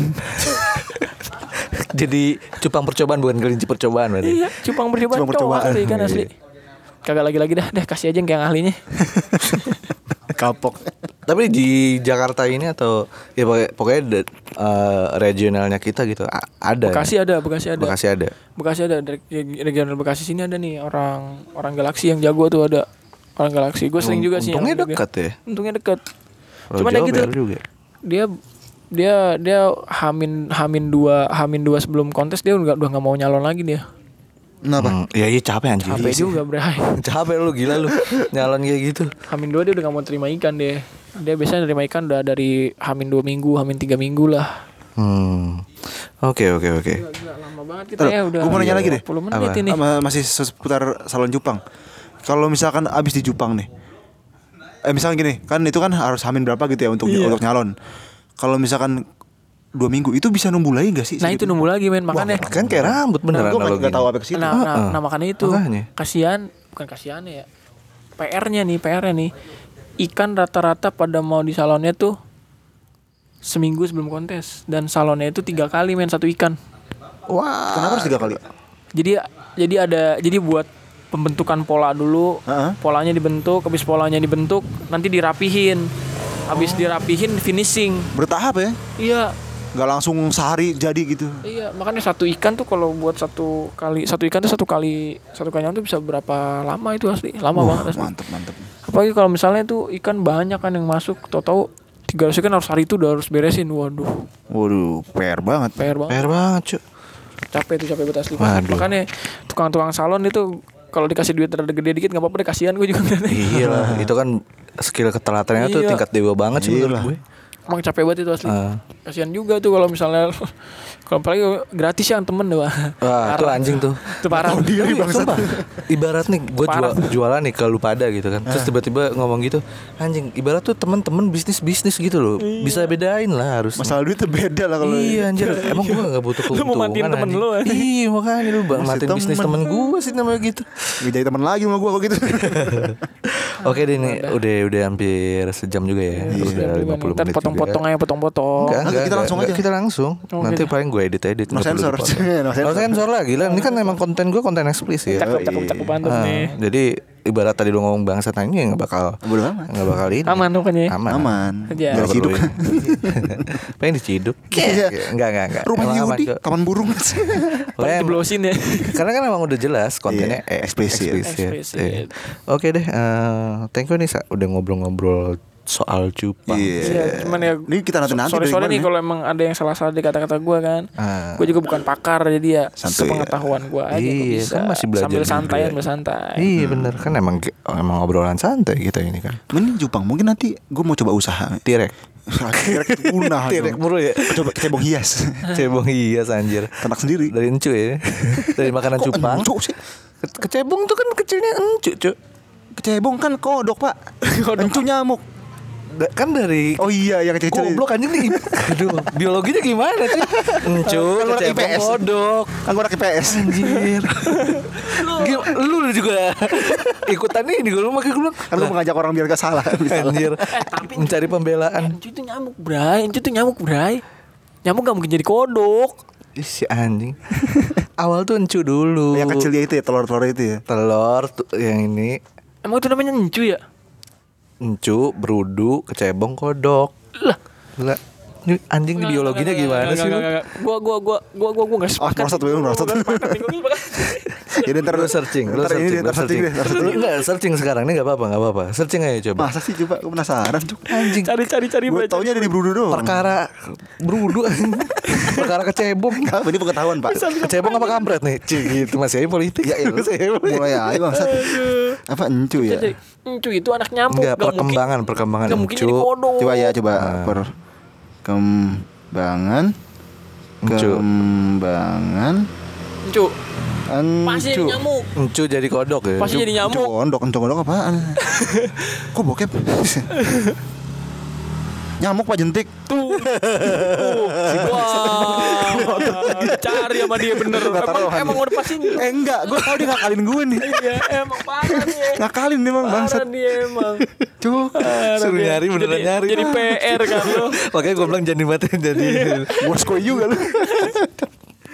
Jadi cupang percobaan bukan kelinci percobaan berarti. Iya, cupang percobaan, Cupang percobaan. coak gitu ikan Iya. asli. Kagak lagi-lagi dah, dah kasih aja yang kayak ahlinya. Kapok. Tapi di Jakarta ini atau ya pokoknya, pokoknya de- eh, regionalnya kita gitu a- ada. Bekasi ada, Bekasi ada. Bekasi ada. Bekasi ada dari regional Bekasi sini ada nih orang orang Galaksi yang jago tuh ada. Orang Galaksi. Gue sering juga sih. Untungnya nyalon juga. dekat ya. Untungnya dekat. Kalau Cuman ya jauh gitu. bayar juga. Dia dia dia hamin hamin dua hamin dua sebelum kontes dia udah udah nggak mau nyalon lagi dia. Kenapa? Hmm, ya iya capek anjir. Capek juga bray. Capek lu gila lu nyalon kayak gitu. Hamin dua dia udah gak mau terima ikan deh. Dia biasanya terima ikan udah dari Hamin dua minggu, Hamin tiga minggu lah. Hmm. Oke oke oke. Gila, gila, lama banget kita ya udah. Gue mau nanya lagi deh. sepuluh menit Apa? ini. Ma- Masih seputar salon cupang. Kalau misalkan abis di cupang nih, eh misalkan gini, kan itu kan harus hamin berapa gitu ya untuk Iya. untuk nyalon. Kalau misalkan dua minggu itu bisa nunggu lagi gak sih? Nah itu nunggu lagi men makanya. Kan kayak rambut beneran Gue kalau nggak gini. tahu apa kesini. Nah, nah, Heeh. nah makanya itu Makanya. kasihan bukan kasihan ya. P R-nya nih, P R-nya nih. Ikan rata-rata pada mau di salonnya tuh seminggu sebelum kontes dan salonnya itu tiga kali men satu ikan. Wah. Kenapa harus tiga kali? Jadi jadi ada jadi buat pembentukan pola dulu. Heeh. Polanya dibentuk, habis polanya dibentuk nanti dirapihin. Habis dirapihin finishing. Bertahap ya? Iya, Gak langsung sehari jadi gitu. iya, makanya satu ikan tuh kalau buat satu kali satu ikan tuh satu kali satu kali tuh bisa berapa lama itu asli, lama Wah, banget asli. mantep mantep. Apalagi kalau misalnya tuh ikan banyak kan yang masuk, tahu-tahu tiga ratus ikan harus hari itu udah harus beresin, waduh, Waduh, P R banget. P R banget, P R banget cuy. capek tuh capek banget asli. Waduh. Makanya tukang-tukang salon itu kalau dikasih duit rada gede dikit nggak apa-apa deh, kasihan gue juga. Iya lah, itu kan skill ketelatenannya tuh Iya. tingkat dewa banget sih menurut Iyalah. gue. Emang capek banget itu asli. Ah. Kasihan juga tuh kalau misalnya kalau apalagi gratis yang temen deh, Wah. Wah, itu Parah. anjing tuh. Itu parah. Tapi sumpah, ibarat nih gue jual, Parah. jualan nih ke lu pada gitu kan. Terus tiba-tiba ngomong gitu, anjing, ibarat tuh temen-temen bisnis-bisnis gitu loh. Bisa bedain lah harus. Masalah duit tuh beda lah kalau. Iya anjir, emang gue gak butuh Lu keuntungan. mau matiin temen anjing. lu, anjing. Iya makanya lu bang, matiin temen. bisnis temen gue sih namanya gitu. Gak jadi teman lagi sama gue kok gitu. Oke deh nih, udah udah hampir sejam juga ya. Udah lima puluh Ntar menit potong-potong juga. aja, potong-potong. Enggak, Nanti enggak, kita langsung enggak, aja. Kita langsung. Oh, Nanti gitu. paling gue edit-edit. No nggak perlu sensor. dipotong. No No sensor. sensor lah, gila. Ini kan emang konten gue konten eksplisit. Cakep, cakep, cakep banget Ah, nih. Jadi ibarat tadi lu ngomong bangsa tanya nggak bakal Bodo amat. nggak bakal ini. Aman pokoknya. Aman. Aman. Aja. Gak ciduk. Pengen diciduk. Iya. Enggak, enggak, enggak. Rumah Emang aman Yudi, kok. taman burung. Pokoknya em- Jeblosin ya. Karena kan emang udah jelas kontennya Iya, eh, eksplisit. Eksplisit. Iya. Oke deh, eh, thank you nih Sa, udah ngobrol-ngobrol soal cupang. Iya. Iya, cuman ya Ini kita nanti-nanti sorry dari sorry mana nih nih? kalau emang ada yang salah-salah di kata-kata gue kan. Ah. Gue juga bukan pakar jadi ya Santuy, sepengetahuan gue aja gue Iya, bisa kan masih belajar sambil juga. santai sambil santai. Iya bener kan emang emang obrolan santai kita ini kan. Mending cupang. Mungkin nanti gue mau coba usaha. Tirek. Tirek punah. Tirek mulu ya. Coba cebong hias. Cebong hias anjir. Ternak sendiri. Dari encu ya. Dari makanan Kok cupang. encu sih? Ke- Kecebong tuh kan kecilnya encu, Cuk. Kecebong kan kodok pak. Encu nyamuk. Da- Kan dari Oh iya yang kecil-kecil. goblok anjing nih. Aduh, biologinya gimana sih? Encu, Kan lu anak I P kecebong, S. kodok. Kan gue anak I P S. Anjir. Gim- lu juga ikutan nih di gue makin gue bilang, Kan lu mengajak orang biar gak salah. anjir. Mencari pembelaan. Encu itu nyamuk bray, encu itu nyamuk bray. Nyamuk gak mungkin jadi kodok. Ih, si anjing. Awal tuh encu dulu. Yang kecilnya itu ya, telur-telur itu ya. Telur tuh yang ini Emang itu namanya encu ya? encu, berudu, kecebong, kodok. Lah, Gila. Ini anjing di biologinya gimana sih lu? Gua gua gua gua gua gua enggak Oh, merosot gue, merosot. Jadi ntar lu searching, lu Ntar ini searching, deh, lu ntar searching searching. deh, ntar searching. Lu enggak searching sekarang, ini enggak apa-apa, enggak apa-apa. Searching aja coba. Masa sih coba, gue penasaran Cuk. Anjing. Cari cari cari Gue taunya ada di Brudu doang. Perkara berudu anjing. Perkara kecebong. Apa ini pengetahuan pak? Kecebong apa kampret nih? Cih, gitu masih aja politik. Ya itu mulai aja bangsat. Apa encu ya? Jadi, encu itu anak nyamuk. Enggak, Gak mungkin, perkembangan, perkembangan gak mungkin encu. jadi kodok. Coba ya coba Ah. perkembangan Encu. Kembangan Encu. Pasti encu. nyamuk. Encu jadi kodok ya. Pasti jadi Encu nyamuk. gondok, encu gondok apaan? Kok bokep? Nyamuk pak jentik. Tuh. Tuh. Wah. Cari sama dia bener. Nggak taruhan Emang, emang dia. udah pasti. Eh enggak, gue tau dia ngakalin gue nih. Iya, emang parah dia. Ngakalin dia emang bangsat. Parah dia emang. Cuk. Parah Suruh dia. nyari, beneran Jadi- nyari. Jadi P R kan lo. Makanya gue bilang jangan dimatiin jadi. Gue skoi juga lu.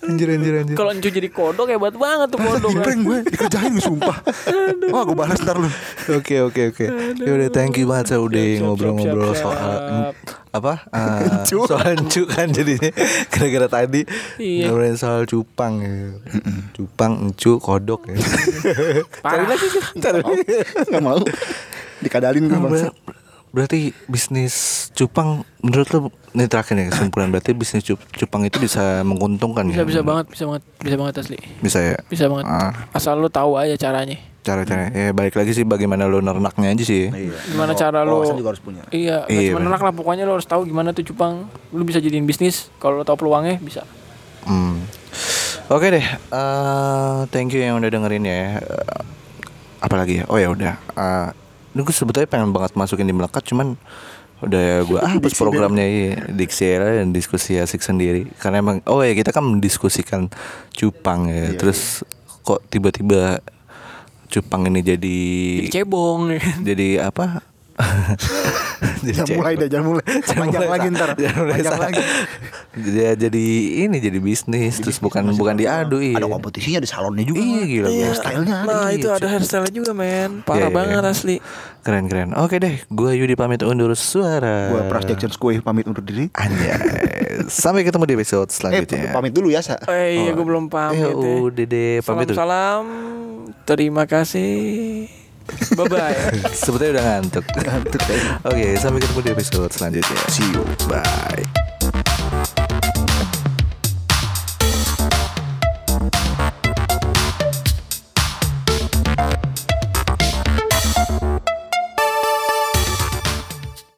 Anjir anjir anjir. Kalau Encu jadi kodok hebat banget tuh kodok. Di prank gue, dikerjain gue sumpah. Wah gue balas ntar lu. Oke oke oke. Ya udah thank you banget saya udah Siap, siap, ngobrol-ngobrol siap, siap. soal apa? Uh, soal encu kan jadinya gara-gara tadi Iya. ngobrolin soal cupang ya. Cupang, encu, kodok ya. Cari lagi sih. Cari lagi. Gak mau. Dikadalin gue bangsa. Ber- Berarti bisnis cupang menurut lo ini terakhir nih kesimpulan berarti bisnis cup- cupang itu bisa menguntungkan Bisa ya? bisa banget, bisa banget, bisa banget asli. Bisa ya. Bisa banget. Ah. Asal lu tahu aja caranya. Cara-cara ya balik lagi sih bagaimana lo nernaknya aja sih. Iya. Gimana cara lu? Wawasan juga harus punya. Iya, gak Iya, cuma bener. nenak lah pokoknya lu harus tahu gimana tuh cupang. Lu bisa jadiin bisnis kalau lu tahu peluangnya bisa. Hmm. Oke deh. eh, thank you yang udah dengerin ya. Eh, apalagi ya? Oh ya udah. Uh, ini gue sebetulnya pengen banget masukin di melekat cuman udah ya gue ah pas programnya iya, diksi era dan diskusi asik sendiri karena emang oh ya kita kan mendiskusikan cupang ya. Iya, Terus kok tiba-tiba cupang ini jadi Jadi cebong. jadi apa? Jadi Jangan mulai cebong. dah, jangan mulai. Panjang lagi ntar. Jangan mulai Panjang sa- lagi. Ya, jadi ini jadi bisnis terus bukan bukan diadu iya. Ada kompetisinya di salonnya juga. Iya, gila, gila. Stylenya ada. Nah, itu Iya, ada hairstyle juga, men. Parah Iya, iya, banget iya. asli. Keren keren. Oke deh, gue Yudi pamit undur suara. Gue Pras Jackson Square pamit undur diri. Anjay. Sampai ketemu di episode Eh selanjutnya. pamit dulu ya Sa. Eh, iya, gue belum Eh, pamit. ya. udah deh pamit dulu. Salam-salam. Terima kasih. Bye-bye. Sebetulnya udah ngantuk. Ngantuk kayaknya. Oke, sampai ketemu di episode selanjutnya. See you. Bye.